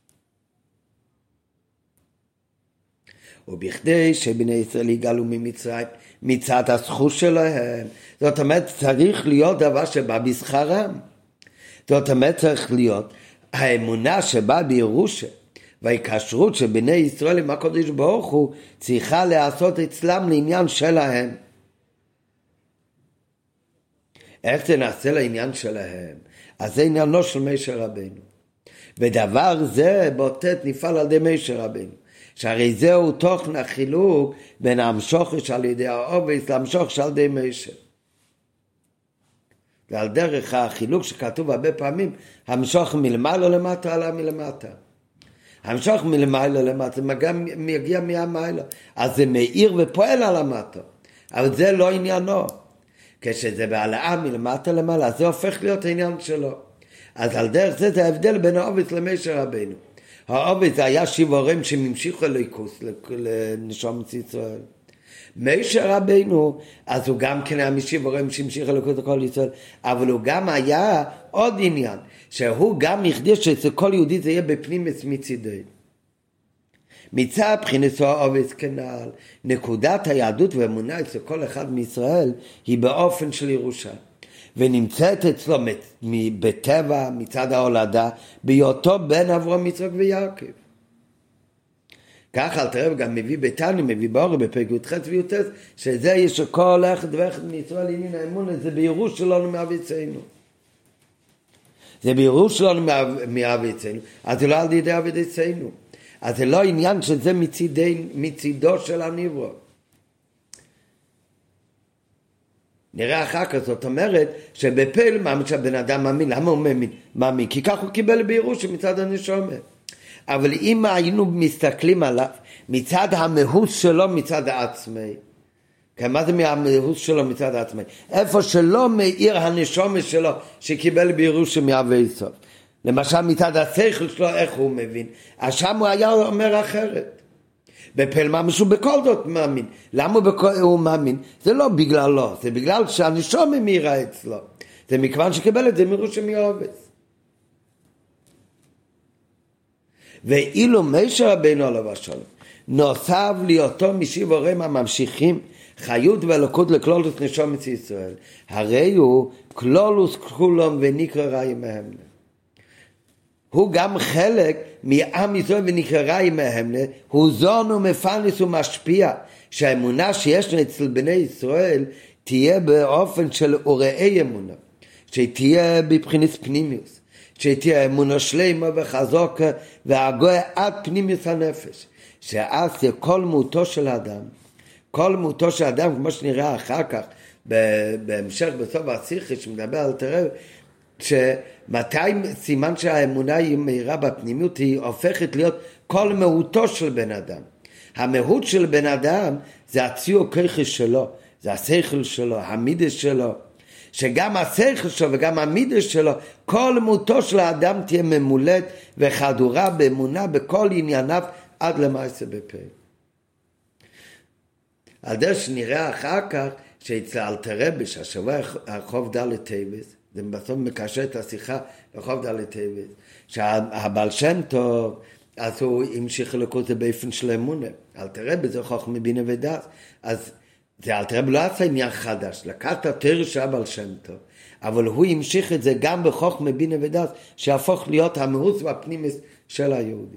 ובכדי שבני ישראל יגאלו ממצרים מצד הזכות שלהם, זאת אומרת צריך להיות דבר שבא בשכרם, זאת אומרת צריך להיות האמונה שבאה בירושה וההיקשרות שבני ישראל עם הקדוש ברוך הוא צריכה לעשות אצלם לעניין שלהם. איך זה נעשה לעניין שלהם? אז זה עניינו של משה רבינו, ודבר זה באותת נפעל על ידי משה רבינו, שהרי זהו תוכן החילוק בין המשוחש על ידי העובס להמשוחש על ידי משה. ועל דרך החילוק שכתוב הרבה פעמים, המשוך מלמעלה למטה עלה מלמטה. המשוך מלמעלה למטה מגיע, מגיע מהמעלה, אז זה מאיר ופועל על המטה, אבל זה לא עניינו. כשזה בעלאה מלמטה למעלה, אז זה הופך להיות העניין שלו. אז על דרך זה זה ההבדל בין העובס למשה רבינו. העובד היה שיבורים שממשיכו ליקוס לנשומת ישראל. משה רבינו, אז הוא גם כן היה משיבורים שממשיכו ליקוס לכל ישראל, אבל הוא גם היה עוד עניין, שהוא גם החדש שאצל כל יהודי זה יהיה בפנים מצידי. מצד בחינתו העובד כנעל, נקודת היהדות והאמונה אצל כל אחד מישראל היא באופן של ירושה. ונמצאת אצלו בטבע מצד ההולדה בהיותו בן אברהם יצחק ויעקב. ככה אלתר רבי גם מביא בתניא, מביא באור בפרק י"ח וי"ט, שזה יש כל אחד ואחד מישראל עניין האמונה, זה בירוש שלנו מאביצנו. זה בירוש שלנו מאביצנו, אז זה לא על ידי אביצנו. אז זה לא עניין שזה מצידי, מצידו של הנברא. נראה אחר כך, זאת אומרת, שבפעיל מאמין שהבן אדם מאמין. למה הוא מאמין? מאמין, כי כך הוא קיבל בירוש מצד הנשמה. אבל אם היינו מסתכלים עליו, מצד המהוס שלו מצד העצמי, כן, מה זה מהמהוס שלו מצד העצמי? איפה שלא מאיר הנשמה שלו, שקיבל בירוש מהווה סוף. למשל מצד השכל שלו, איך הוא מבין? אז שם הוא היה אומר אחרת. בפעיל מאמין שהוא בכל זאת מאמין. למה הוא מאמין? זה לא בגלל לא, זה בגלל שהנשמה מאירה אצלו. זה מכיוון שקיבל את זה מירוש מהעובס. ואילו משה רבינו עליו השלום נוסף להיותו משיבורים הממשיכים חיות ואלוקות לכלולוס נשומת ישראל, הרי הוא כלולוס כולם ונקרא רעי מהמנה. הוא גם חלק מעם ישראל ונקרא רעי מהמנה, הוא זון ומפרנס ומשפיע, שהאמונה שיש אצל בני ישראל תהיה באופן של אוראי אמונה, שתהיה בבחינת פנימיוס, שתהיה אמונה שלמה וחזוקה והגויה עד פנימיוס הנפש, שאז תהיה כל מהותו של האדם, כל מהותו של האדם, כמו שנראה אחר כך בהמשך בסוף השיחה שמדבר על תראה, שמתי סימן שהאמונה היא מהירה בפנימיות, היא הופכת להיות כל מהותו של בן אדם. המהות של בן אדם זה הציור כיחס שלו, זה השכל שלו, המידס שלו, שגם השכל שלו וגם המידס שלו, כל מהותו של האדם תהיה ממולאת וחדורה באמונה בכל ענייניו עד למעשה בפה. על דרך שנראה אחר כך שאצל אלתר רבי, שהשבוע הרחוב ד' טייבס, זה בסוף מקשר את השיחה לרחוב ד' טייבס, שהבעל שם טוב, אז הוא המשיך לקרוא את זה באופן של אמונה. אלתר רבי זה חוכמה בינה ודעת, אז זה אלתר רבי לא עשה עניין חדש, לקח את התורה של הבעל שם טוב, אבל הוא המשיך את זה גם בחוכמה בינה ודעת, שהפוך להיות המהות והפנימיות של היהודי.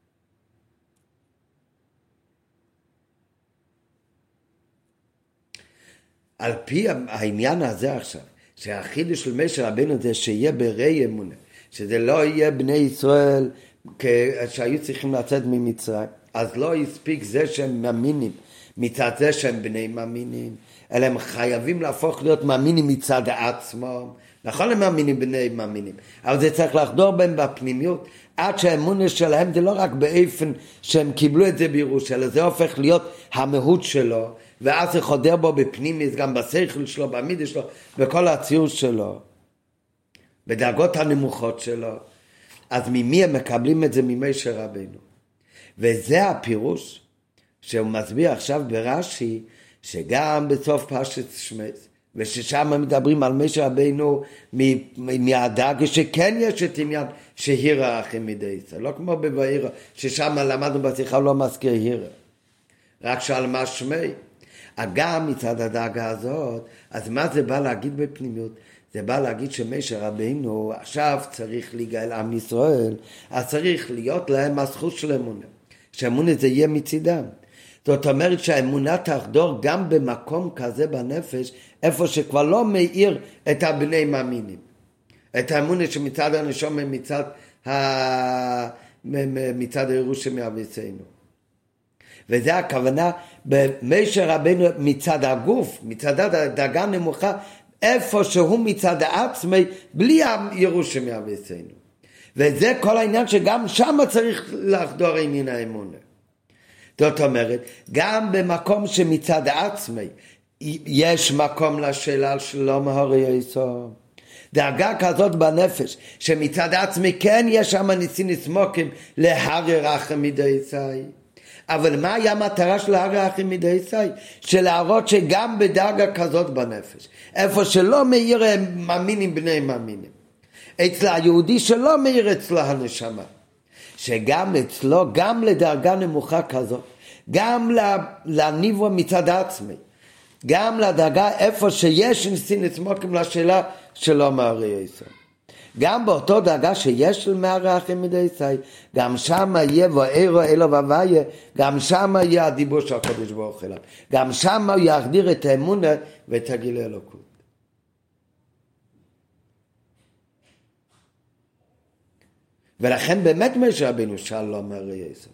על פי העניין הזה עכשיו, שהחידוש של משה רבנו זה שיהיה בראי אמונה, שזה לא יהיה בני ישראל שהיו צריכים לצאת ממצרים, אז לא יספיק זה שהם מאמינים מצד זה שהם בני מאמינים, אלא הם חייבים להפוך להיות מאמינים מצד עצמם. נכון, הם מאמינים בני מאמינים, אבל זה צריך לחדור בהם בפנימיות, עד שהאמונה שלהם זה לא רק באופן שהם קיבלו את זה בירוש, אלא זה הופך להיות המהות שלו, ואז זה חודר בו בפנימיות, גם בשכל שלו, במידה שלו, בכל הציור שלו, בדרגות הנמוכות שלו. אז ממי הם מקבלים את זה? ממשה רבנו. וזה הפירוש שהוא מסביר עכשיו ברש"י, שגם בסוף פרשת שמות, וששם מדברים על משה רבנו מהדאגה שכן יש את עניין שהירא אחים מידי ישראל, לא כמו בבאירא, ששם למדנו בשיחה לא מזכיר הירא, רק שעל מה שמי. גם מצד הדאגה הזאת, אז מה זה בא להגיד בפנימיות? זה בא להגיד שמשה רבנו עכשיו צריך להיגאל עם ישראל, אז צריך להיות להם הזכות של אמונה, שהאמונה זה יהיה מצידם. זאת אומרת שהאמונה תחדור גם במקום כזה בנפש, איפה שכבר לא מאיר את הבני מאמינים, את האמונה שמצד הנשום מצד, ה... מצד הירוש מאבינו. וזה הכוונה במשה רבנו מצד הגוף, מצד הדרגה נמוכה, איפה שהוא מצד העצמי, בלי הירוש מאבינו. וזה כל העניין שגם שם צריך לחדור עניין האמונה. זאת אומרת, גם במקום שמצד העצמי יש מקום לשאלה שלום הרי יסוד. דאגה כזאת בנפש, שמצד העצמי כן יש שם ניסים נסמוקים להרי רחם מידי ישראל. אבל מה היה המטרה של להרי רחם מידי ישראל? שלהראות שגם בדאגה כזאת בנפש, איפה שלא מאיר הם מאמינים בני מאמינים, אצל היהודי שלא מאיר אצלו הנשמה, שגם אצלו, גם לדרגה נמוכה כזאת, גם לניבו מצד עצמי, גם לדרגה איפה שיש ניסים נסמוקים לשאלה שלא מהרי ישראל. גם באותו דרגה שיש של מהרי אחים מידי ישראל, גם שם יהיה ואירו אלו והוויה, גם שם יהיה הדיבור של הקדוש ברוך הוא, גם שם הוא יחדיר את האמונה ואת הגיל האלוקות. ולכן באמת משה רבנו שאל לא מהרי ישראל.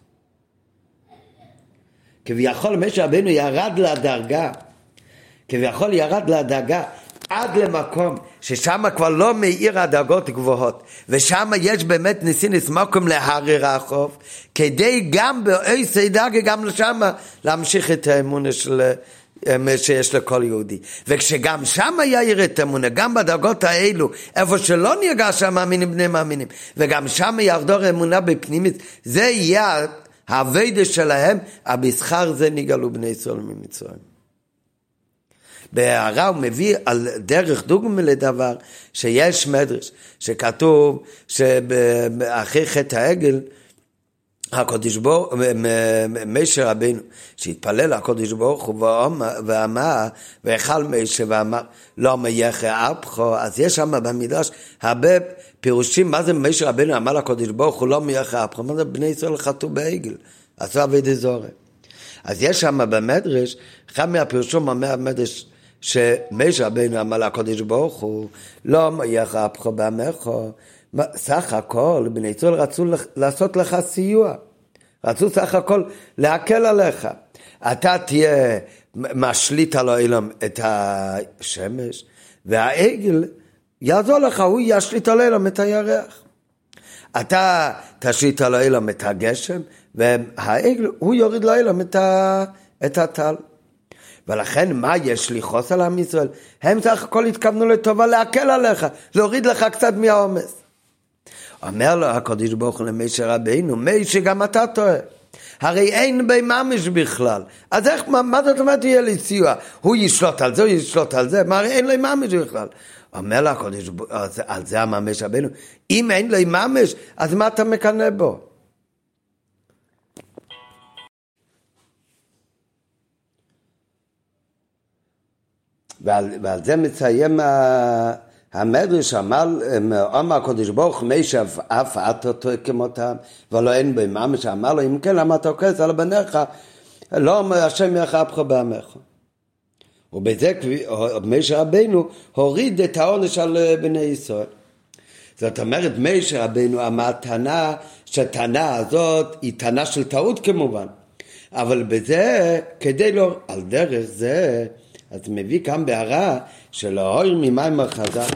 כביכול משה רבנו ירד לדרגה, כביכול ירד לדרגה, עד למקום ששם כבר לא מאיר הדרגות גבוהות, ושם יש באמת ניסים נסמוקים להרי רחוב, כדי גם באיסי דרגה גם לשם להמשיך את האמונה של, שיש לכל יהודי. וכשגם שם יאיר את האמונה, גם בדרגות האלו, איפה שלא נרגע שם מאמינים בני מאמינים, וגם שם יחדור אמונה בפנימית, זה יהיה העבודה שלהם, הבשכר זה נגאלו בני ישראל ממצרים. בהערה הוא מביא על דרך דוגמה לדבר שיש מדרש שכתוב שאחרי חטא העגל הקדוש ברוך הוא, משה רבנו שהתפלל לקדוש ברוך הוא ואמר ואכל משה ואמר לא מייחא אפך, אז יש שם במדרש הרבה פירושים מה זה משה רבנו אמר לקדוש ברוך הוא לא מייחא אפך, מה זה בני ישראל חטאו בעגל, עשו עבודת זרה. אז יש שם במדרש אחד מהפירושים מהמדרש שמשה רבנו אמר לקדוש ברוך הוא לא מייחא אפך בעמך, סך הכל בני ישראל רצו לעשות לך סיוע, רצו סך הכל להקל עליך, אתה תהיה משליט על העולם את השמש, והעגל יעזור לך, הוא ישליט על אילם את הירח. אתה תשליט על אילם את הגשם, והעגל הוא יוריד לאילם את, ה... את הטל. ולכן מה יש לכעוס על עם ישראל? הם סך הכל התכוונו לטובה להקל עליך, להוריד לך קצת מהעומס. אומר לו הקדוש ברוך הוא למשה רבינו, משה גם אתה טועה. הרי אין בי ממש בכלל. אז איך, מה, מה זאת אומרת יהיה לי סיוע? הוא ישלוט על זה, הוא ישלוט על זה, מה הרי אין לי ממש בכלל. אומר לו הקדוש ברוך הוא, על זה הממש רבינו, אם אין לי ממש, אז מה אתה מקנא בו? ועל, ועל זה מציין המדרש, אמר הקדוש ברוך הוא משה אף אתה טועה כמותם ולא אין בהם ממש. אמר לו אם כן למה אתה כועס על בניך, לא השם יכאבך בעמך. ובזה משה רבינו הוריד את העונש על בני ישראל. זאת אומרת משה רבינו המתנה שהטענה הזאת היא טענה של טעות כמובן, אבל בזה כדי לא על דרך זה אז מביא כאן בהערה שלאור ממים חזק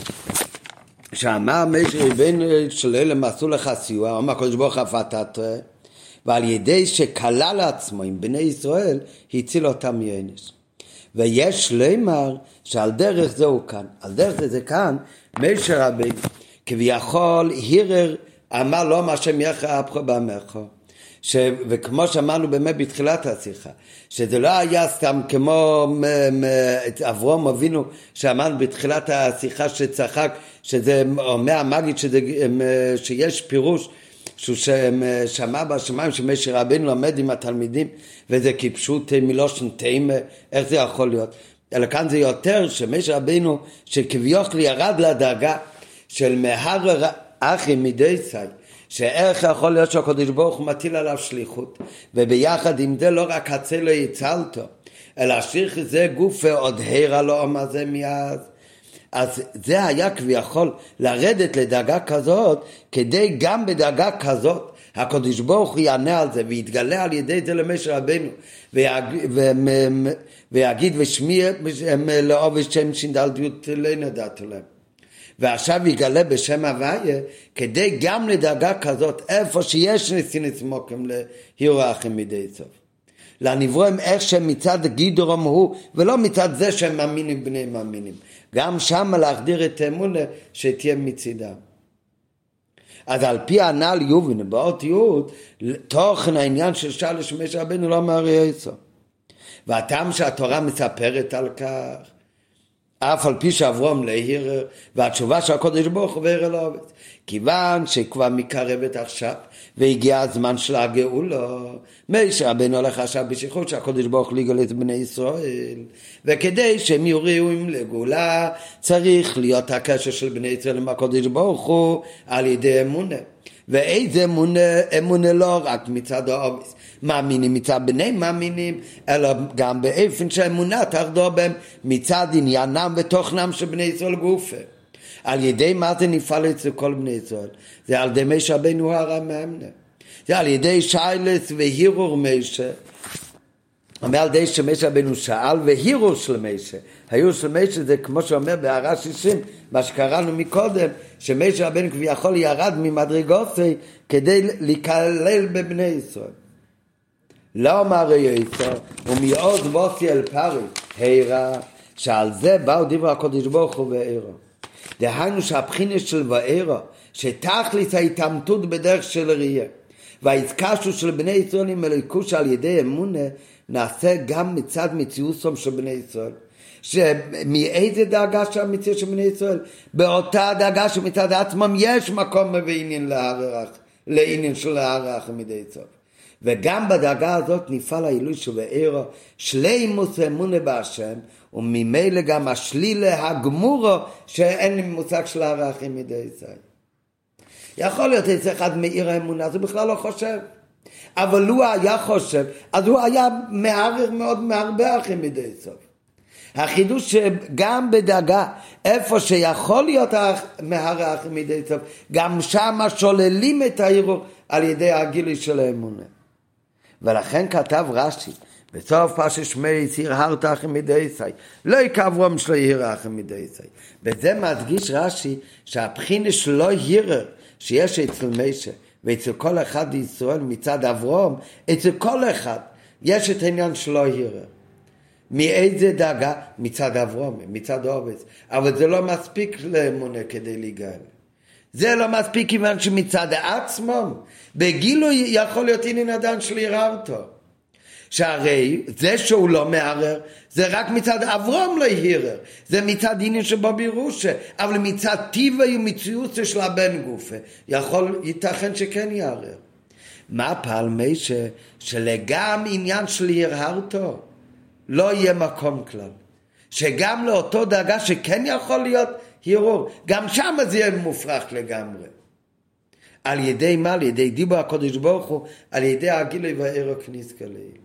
שאמר משה רבינו שלאלם עשו לך סיוע, אמר הקדוש ברוך הוא אתה טועה, ועל ידי שכלל עצמו עם בני ישראל הציל אותם מעונש. ויש לומר שעל דרך זהו כאן, על דרך זה, זה כאן משה רבינו כביכול הירר, אמר לא מה השם יכאבך בעמך, ש... וכמו שאמרנו באמת בתחילת השיחה, שזה לא היה סתם כמו אברהם אבינו שאמרנו בתחילת השיחה שצחק, שזה אומר המגיד שזה, שיש פירוש שהוא שמע בשמיים שמשה רבינו למד עם התלמידים וזה כפשוט מלושן תימה, איך זה יכול להיות? אלא כאן זה יותר שמשה רבינו שכביכול ירד לדאגה של מהר אחי מדי סי, שאיך יכול להיות שהקדוש ברוך הוא מטיל עליו שליחות, וביחד עם זה לא רק הצלו יצלתו, אלא שליח זה גוף ועוד הירה לו מה זה מיד. אז זה היה כביכול לרדת לדאגה כזאת, כדי גם בדאגה כזאת הקדוש ברוך הוא יענה על זה ויתגלה על ידי זה למשה רבינו ויגיד ושמיע לאוב שם שינדלדיות לא נדעת להם, ועכשיו יגלה בשם הוויה כדי גם לדאגה כזאת איפה שיש ניסים לסמוקים להירו אחים מדי סוף לנברואים איך שמצד גידורם הוא ולא מצד זה שהם מאמינים בני מאמינים, גם שם להחדיר את האמונה שתהיה מצידם. אז על פי הנ"ל יובין באות יוד תוכן העניין של שלש משה רבינו לא מערי יסו, והטעם שהתורה מספרת על כך אף על פי שאברהם להיר, והתשובה של הקודש ברוך הוא והיר אלוהים, כיוון שכבר מקרבת עכשיו והגיע הזמן של הגאולה, משה רבינו הולך עכשיו בשליחות שהקודש ברוך הוא לגאול את בני ישראל, וכדי שהם יהיו ראויים לגאולה צריך להיות הקשר של בני ישראל עם הקודש ברוך הוא על ידי אמונה. ואיזה אמונה? אמונה לא רק מצד האובס מאמינים מצד בני מאמינים, אלא גם באופן שהאמונה תחדור בהם מצד עניינם ותוכנם של בני ישראל גופה. על ידי מה זה נפעל אצל כל בני ישראל? זה על ידי משה רבינו הרע מאמנה, זה על ידי שיילס והירור משה. אומר על ידי שמשה רבינו שאל והירור של משה, הירור של משה זה כמו שאומר בהערה שישים מה שקראנו מקודם, שמשה רבינו כביכול ירד ממדרגוסי כדי להיכלל בבני ישראל. לא אמר יצר ומעוז בוסי אל פרי הירה, שעל זה באו דברי הקדוש ברוך הוא ואירו. דהיינו שהבחינה של ואירו שתכלית ההתעמתות בדרך של ראייה וההתקשרות של בני ישראל עם אלוקות על ידי אמונה נעשה גם מצד מציאוסם של בני ישראל. שמאיזה דאגה שהמציאות של בני ישראל? באותה דאגה שמצד עצמם יש מקום ועניין להערך, לעניין של להערך מדי סוף. וגם בדאגה הזאת נפעל העילוי של ואירו שלימוס אמונה בהשם, וממילא גם השלילה הגמורו שאין לי מושג של הערכים מדי ישראל. יכול להיות איזה אחד מעיר האמונה, אז הוא בכלל לא חושב. אבל הוא היה חושב, אז הוא היה מערער מאוד מהרבה אחים מדי סוף. החידוש שגם בדאגה, איפה שיכול להיות מערער אחים מדי סוף, גם שם שוללים את הערעור על ידי הגילוי של האמונה. ולכן כתב רש"י בסוף פרשת שמייס, הרהרת אחים מדייסי, לא יקברום שלא יראה אחים מדייסי. וזה מדגיש רש"י שהבחינה שלא יראה שיש אצל משה ואצל כל אחד בישראל מצד אברהם, אצל כל אחד יש את העניין שלא יראה. מאיזה דאגה? מצד אברהם, מצד עובד. אבל זה לא מספיק לאמונה כדי להיגאל. זה לא מספיק כיוון שמצד עצמם, בגילוי יכול להיות עניין אדם של יראה אותו. שהרי זה שהוא לא מערער, זה רק מצד אברהם לא יראה, זה מצד עניין שבו בירושה, אבל מצד טבעי ומציאות של הבן גופה, יכול, ייתכן שכן יערער. מה פעל משה? שלגם עניין של יראה אותו, לא יהיה מקום כלל. שגם לאותו דאגה שכן יכול להיות הרהור, גם שם זה יהיה מופרך לגמרי. על ידי מה? על ידי דיבור הקודש ברוך הוא, על ידי הגילוי והעיר הכניס כליים.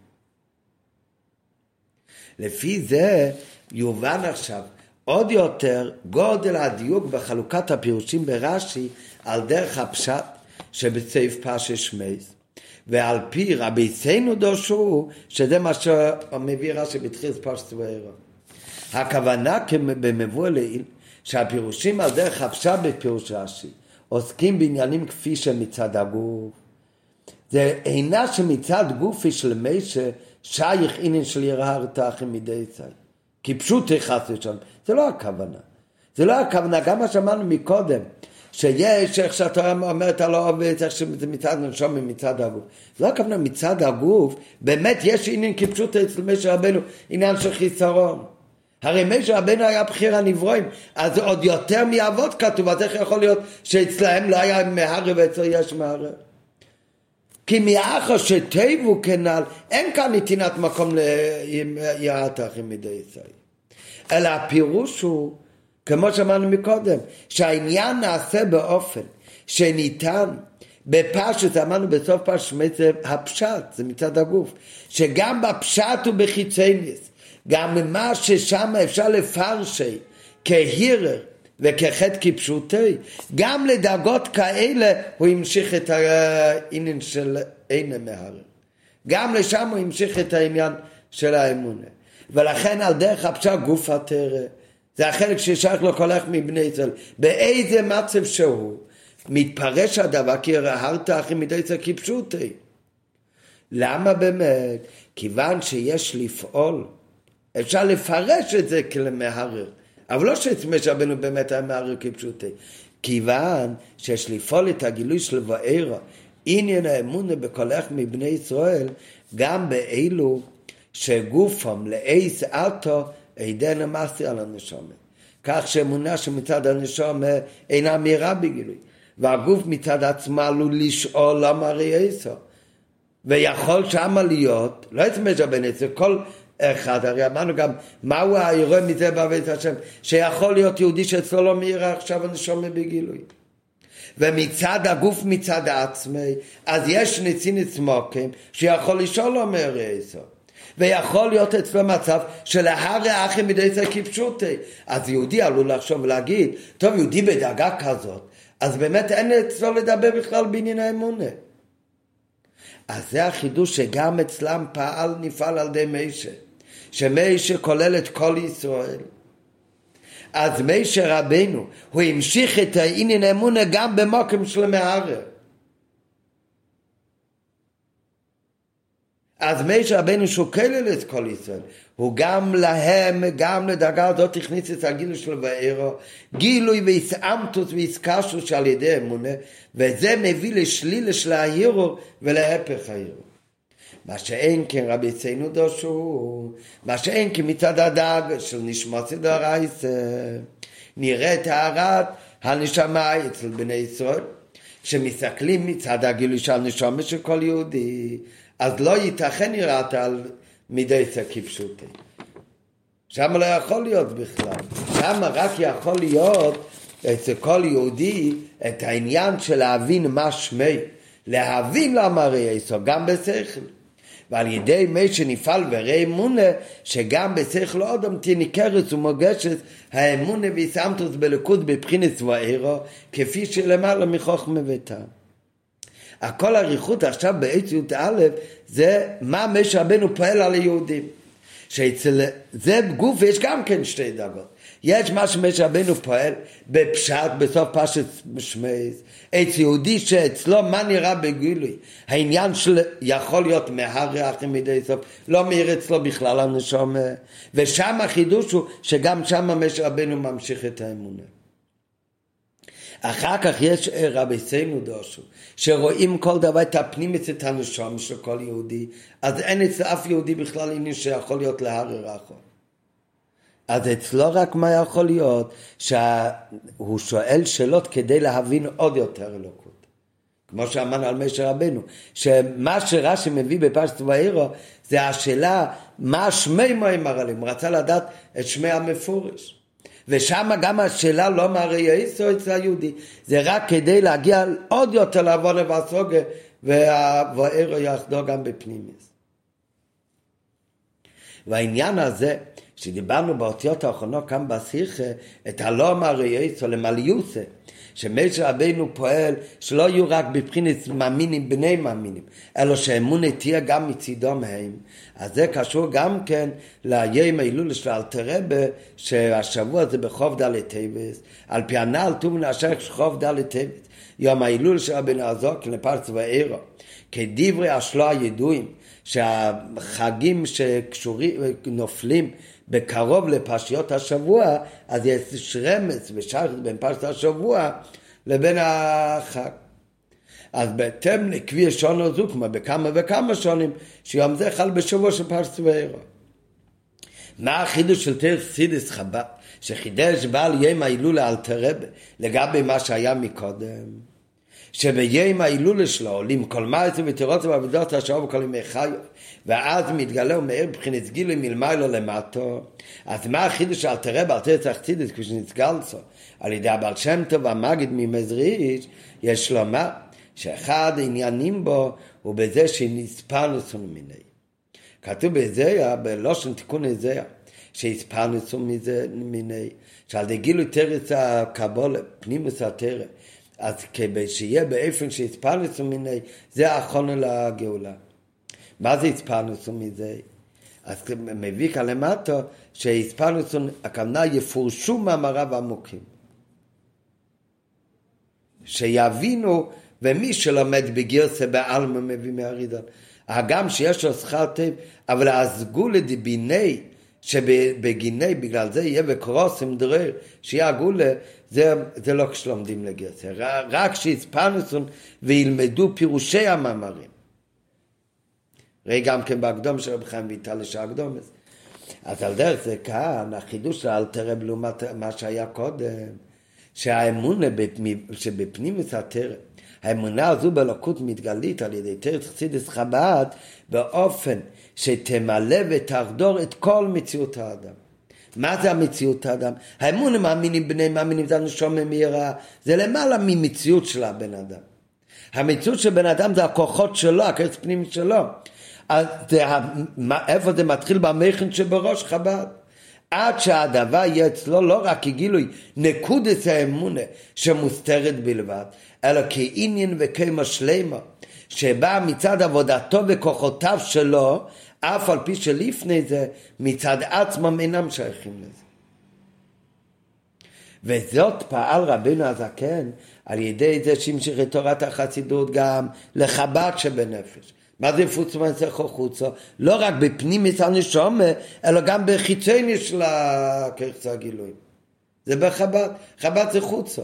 לפי זה יובן עכשיו עוד יותר גודל הדיוק בחלוקת הפירושים ברש"י על דרך הפשט שבסעיף פרשת שמייס, ועל פי רבינו דורשו שזה מה שמביא רש"י בתחילת פרשת וארא. הכוונה במבוא לעיל שהפירושים על דרך הפשט בפירוש רש"י עוסקים בעניינים כפי שמצד הגוף. זה אינה שמצד גופי של משה שייך עניין של יראה הרתחים מדי צי. כי פשוט יחסו שם. זה לא הכוונה. זה לא הכוונה. גם מה שאמרנו מקודם, שיש איך שאתה אומרת על העובד, איך שזה מצד נשום ומצד הגוף. זה לא הכוונה מצד הגוף, באמת יש עניין כפשוט אצל משה רבנו, עניין של חיסרון. הרי משה רבנו היה בחיר הנברואים, אז עוד יותר מאבות כתוב, אז איך יכול להיות שאצלהם לא היה מהרר ואצלו יש מהרר? כי מאחר שטבעו כנל, אין כאן נתינת מקום ליראת אחים מדי ישראל. אלא הפירוש הוא, כמו שאמרנו מקודם, שהעניין נעשה באופן שניתן בפשט, אמרנו בסוף פשט, זה הפשט, זה מצד הגוף, שגם בפשט ובחיצייניס, גם ממה ששם אפשר לפרשי כהירר וכחט כפשוטי, גם לדאגות כאלה הוא המשיך את העניין של אין מהרר. גם לשם הוא המשיך את העניין של האמונה. ולכן על דרך הפשט גוף התרא, זה החלק ששייך לו כל אחד מבני ישראל. באיזה מצב שהוא מתפרש הדבר כי הרהרת אחים מדי ישראל כפשוטי. למה באמת? כיוון שיש לפעול, אפשר לפרש את זה כלמהרר. אבל לא שמשה רבנו באמת היה מהרר כפשוטי. כיוון שיש לפעול את הגילוי של וארא, עניין האמונה בכל אחד מבני ישראל, גם באלו שגופם לאיס אתו עדן המסי על הנשמה. כך שאמונה שמצד הנשמה אינה מהירה בגילוי. והגוף מצד עצמה עלול לשאול למה הרי איסו. ויכול שם להיות, לא את משה רבנו, זה כל אחד, הרי אמרנו גם מהו האירוע מזה בעבודת השם, שיכול להיות יהודי שאצלו לא מהירה עכשיו הנשמה בגילוי. ומצד הגוף מצד העצמי, אז יש נצין עצמוקים שיכול לשאול לו מהרי איסו. ויכול להיות אצלו מצב שלהרי אחים מדי זה כפשוטי. אז יהודי עלול לחשוב ולהגיד, טוב, יהודי בדאגה כזאת, אז באמת אין אצלו לדבר בכלל בעניין האמונה. אז זה החידוש שגם אצלם פעל נפעל על ידי משה. שמשה כולל את כל ישראל. אז משה רבנו, הוא המשיך את העניין האמונה גם במקום של מהרר. אז משה רבנו שוקל את כל ישראל, הוא גם להם, גם לדרגה הזאת הכניס את הגילוי של וארא, גילוי והסעמתות והסקשות על ידי אמונה, וזה מביא לשלילה של ההירור ולהפך ההירור. מה שאין כן רבי ציינו דושו, מה שאין כן מצד הדג של נשמות דרייסה, נראה טהרת הנשמה אצל בני ישראל, שמסתכלים מצד הגילוי של הנשמה של כל יהודי, אז לא ייתכן יראת על מידי כפשוטי. שם לא יכול להיות בכלל. שם רק יכול להיות אצל כל יהודי את העניין של להבין מה שמי, להבין למה הרי איסו, גם בשכל. ועל ידי מי שנפעל וראי אמונה, שגם בשכל אדם תהיה ניכרת ומוגשת האמונה והסעמתות בלכות בבחינת וארא, כפי שלמעלה מחוכמה וטעם. הכל הריחות עכשיו בעץ י"א זה מה משה רבנו פועל על היהודים. שאצל זה בגוף יש גם כן שתי דרגות. יש מה שמשה רבנו פועל בפשט בסוף פרשת שמות, אצל יהודי שאצלו מה נראה בגילוי, העניין של יכול להיות מהריח מדי סוף, לא מאיר אצלו בכלל הנשמה, ושם החידוש הוא שגם שם משה רבנו ממשיך את האמונה. אחר כך יש רבי סיינו דושו, שרואים כל דבר את הפנים את הנשמה של כל יהודי, אז אין אצל אף יהודי בכלל עניין שיכול להיות להרי רחו. אז אצלו רק מה יכול להיות, שהוא שואל שאלות כדי להבין עוד יותר אלוקות. כמו שאמרנו על משה רבנו, שמה שרש"י מביא בפרשת וירא, זה השאלה מה שמי מים הרלים, הוא רצה לדעת את שמי המפורש. ושם גם השאלה לא מראה יסו אצל היהודי, זה רק כדי להגיע עוד יותר לעוונה והסוגה, והווירא יחדור גם בפנימיוס. והעניין הזה, שדיברנו באותיות האחרונות כאן בשיחה, את הלא מראה יסו למליוסה, שמשה רבנו פועל שלא יהיו רק בבחינת מאמינים בני מאמינים, אלא שהאמונה תהיה גם מצידו מהם. אז זה קשור גם כן ליום ההילולה של אלתר רבי, שהשבוע זה בחוב ד' טבת, על פי הנ"ל ט"ו אשר חוב ד' טבת, יום ההילולה של רבנו הזקן לפרשת וירא, כדברי השלוע הידועים, שהחגים שקשורים נופלים בקרוב לפרשיות השבוע, אז יש רמז ושייך בין פרשת השבוע לבין החג. אז בהתאם לקביע שונו זו, כמו בכמה וכמה שונים, שיום זה חל בשבוע של פרשת וירא. מה החידוש של תרא חסידות חב"ד, שחידש בעל יום ההילולה אלתר רבי לגבי מה שהיה מקודם? שביום ההילולה שלו עולים כל מעשה ותירוצים ועבודות השעה וכל ימי חיו, ואז מתגלה ומאיר בחינת גילוי מלמיילו למטו. אז מה החידוש של אלתר רבי על תרא חסידות כפי שנצגל זו על ידי הבעל שם טוב והמגיד ממזריץ'? יש לומר שאחד העניינים בו הוא בזה שנספרנסו מיני. כתוב בזה בלושן תיקון זה שהספרנסו מיני, שעל ידי גילוי תרא הקבלה פנימוס התרא, אז כדי שיהיה באופן שהספרנסו מיני, זה האחרונה לגאולה. מה זה הספרנסו מזה? אז מביא כאן למטה שהספרנסו, הכוונה יפורשו מאמריו עמוקים. שיבינו, ומי שלומד בגרסה בעלמא מביא מהרידון, הגם שיש לו שכר טוב, אבל הסגולה דביני, שבגיני בגלל זה יהיה וקרוסים דרר, שיהיה הגולה, זה, זה לא כשלומדים לגרסה, רק שיספרנסון וילמדו פירושי המאמרים. ראי גם כן בהקדום של רב חיים ויטל שהקדום. אז על דרך זה כאן, החידוש של אלתר רבי לעומת מה שהיה קודם, שהאמונה שבפנימוס התרא, האמונה הזו באלוקות מתגלית על ידי תרא חסידות חב"ד באופן שתמלא ותחדור את כל מציאות האדם. מה זה המציאות האדם? האמונה מאמינים בני מאמינים, זה הנשמה מהירה, זה למעלה ממציאות של הבן אדם. המציאות של בן אדם זה הכוחות שלו, הכרס פנימית שלו. אז זה, איפה זה מתחיל? במכן שבראש חב"ד. עד שהדבר יהיה אצלו לא רק כגילוי נקודת האמונה שמוסתרת בלבד, אלא כעניין וכמה שלמה, שבא מצד עבודתו וכוחותיו שלו, אף על פי שלפני זה מצד עצמם אינם שייכים לזה. וזאת פעל רבנו הזקן על ידי זה שהמשיך את תורת החסידות גם לחב"ד שבנפש. מה זה יפוץ מהסך החוצה? לא רק בפנימיות הנשמה, אלא גם בחיצוני של הכרס הגילוי. זה בחב"ד. חב"ד זה חוצה.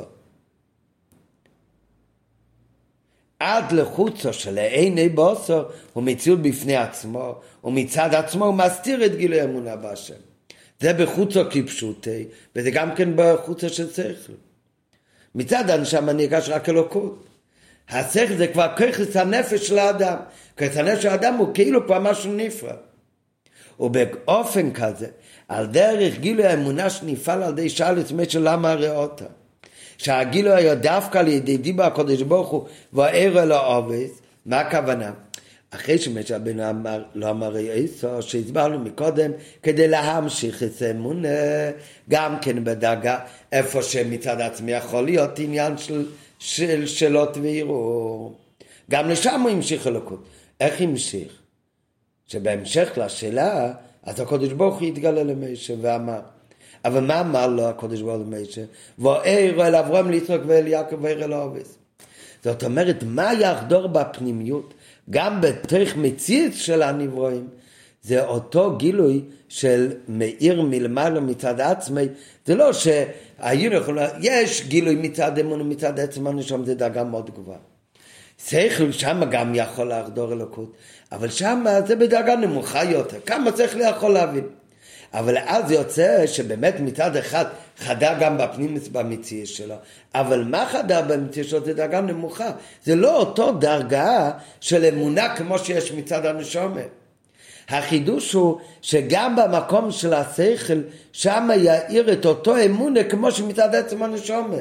עד לחוצה של עיני בוסר הוא מציאות בפני עצמו, ומצד עצמו הוא מסתיר את גילוי אמונה בהשם. זה בחוצה כפשוטי, וזה גם כן בחוצה של שכל. מצד הנשמה ניגש רק אלוקות. השכל זה כבר כרס הנפש של האדם. כרס הנפש של האדם הוא כאילו פה משהו נפרד. ובאופן כזה, על דרך גילוי האמונה שנפעל על ידי שאל עצמי של למה הראה אותה. שהגילוי היה דווקא על ידי דיבר הקודש ברוך הוא והעיר אל העובד. מה הכוונה? אחרי שמשה רבנו אמר, לא אמר יסו, שהסברנו מקודם, כדי להמשיך את האמונה, גם כן בדרגה, איפה שמצד עצמי יכול להיות עניין של, של שאלות וערעור. גם לשם הוא המשיך אלוקות. איך המשיך? שבהמשך לשאלה, אז הקדוש ברוך הוא התגלה למשה ואמר, אבל מה אמר לו הקדוש ברוך הוא למשה? ואירו אל אברהם ליצחק ואל יעקב ואירו אל עובס. זאת אומרת, מה יחדור בפנימיות? גם בתוך מציאות של הנברואים, זה אותו גילוי של מאיר מלמעלה מצד עצמי. זה לא שהיינו יכולים, יש גילוי מצד אמון ומצד עצם הנשום, זה דרגה מאוד גבוהה. שכל שם גם יכול לחדור אלוקות, אבל שם זה בדרגה נמוכה יותר. כמה שכל יכול להבין? אבל אז יוצא שבאמת מצד אחד חדר גם בפנים במציאות שלו, אבל מה חדר במציאות שלו? זה דרגה נמוכה. זה לא אותו דרגה של אמונה כמו שיש מצד הנשמה. החידוש הוא שגם במקום של השכל שם יאיר את אותו אמונה כמו שמצד עצם הנשמה.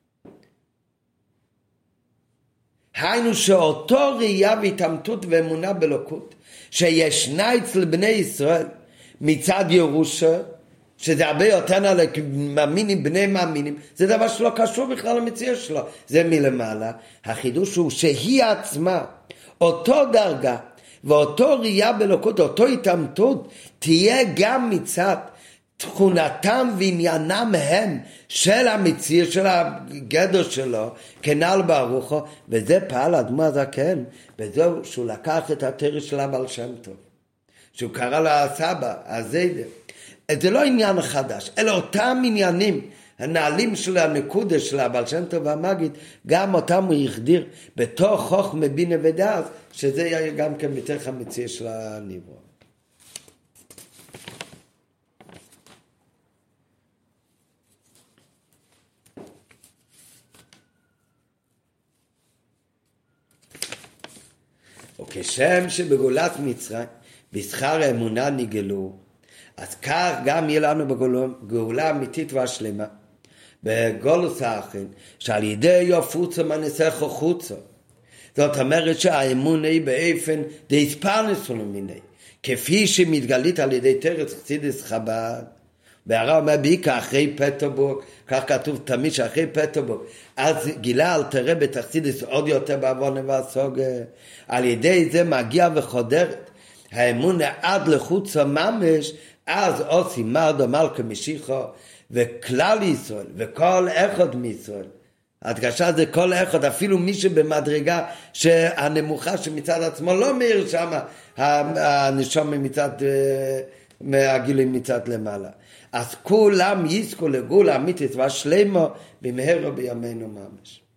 היינו שאותו ראייה והתאמתות ואמונה באלוקות שישנה אצל בני ישראל מצד ירושה, שזה הרבה יותר מאמינים, בני מאמינים, זה דבר שלא קשור בכלל למציאות שלו, זה מלמעלה. החידוש הוא שהיא עצמה, אותו דרגה ואותו ראייה באלוקות, אותו התאמתות, תהיה גם מצד תכונתם ועניינם הם של המציאות, של הגדר שלו, כנ"ל ברוך הוא. וזה פעל אדמו הזקן, וזהו שהוא לקח את התורה של הבעל שם טוב, שהוא קרא לה הסבא, הזיידר. זה לא עניין חדש, אלא אותם עניינים, הנעלים של הנקודה של הבעל שם טוב והמגיד, גם אותם הוא יחדיר בתוך חוכמה בינה ודעת, שזה יהיה גם כן בתוך המציאות של הנברוא. וכשם שבגאולת מצרים בשכר האמונה נגלו, אז כך גם יהיה לנו בגאולה אמיתית והשלמה בגולוס האחרון, שעל ידי יופוצו מנסך חוצו. זאת אומרת שהאמונה היא באופן דהספרנס ולמיני, כפי שמתגלית על ידי תרץ חסידס חב"ד. והרב אומר בעיקר אחרי פטרבורג, כך כתוב תמיד שאחרי פטרבורג, אז גילה אל תראה בתחסידס עוד יותר בעוונה והסוגה. על ידי זה מגיע וחודרת האמונה עד לחוץ הממש, אז עושים מרדו מלכה משיחו וכלל ישראל וכל אחד מישראל. הדגשה זה כל אחד, אפילו מי שבמדרגה שהנמוכה שמצד עצמו לא מאיר שם הנשום מצד מהגילוי מצד למעלה. אז כולם יזכו לגאולה אמיתית והשלמה במהרה בימינו ממש.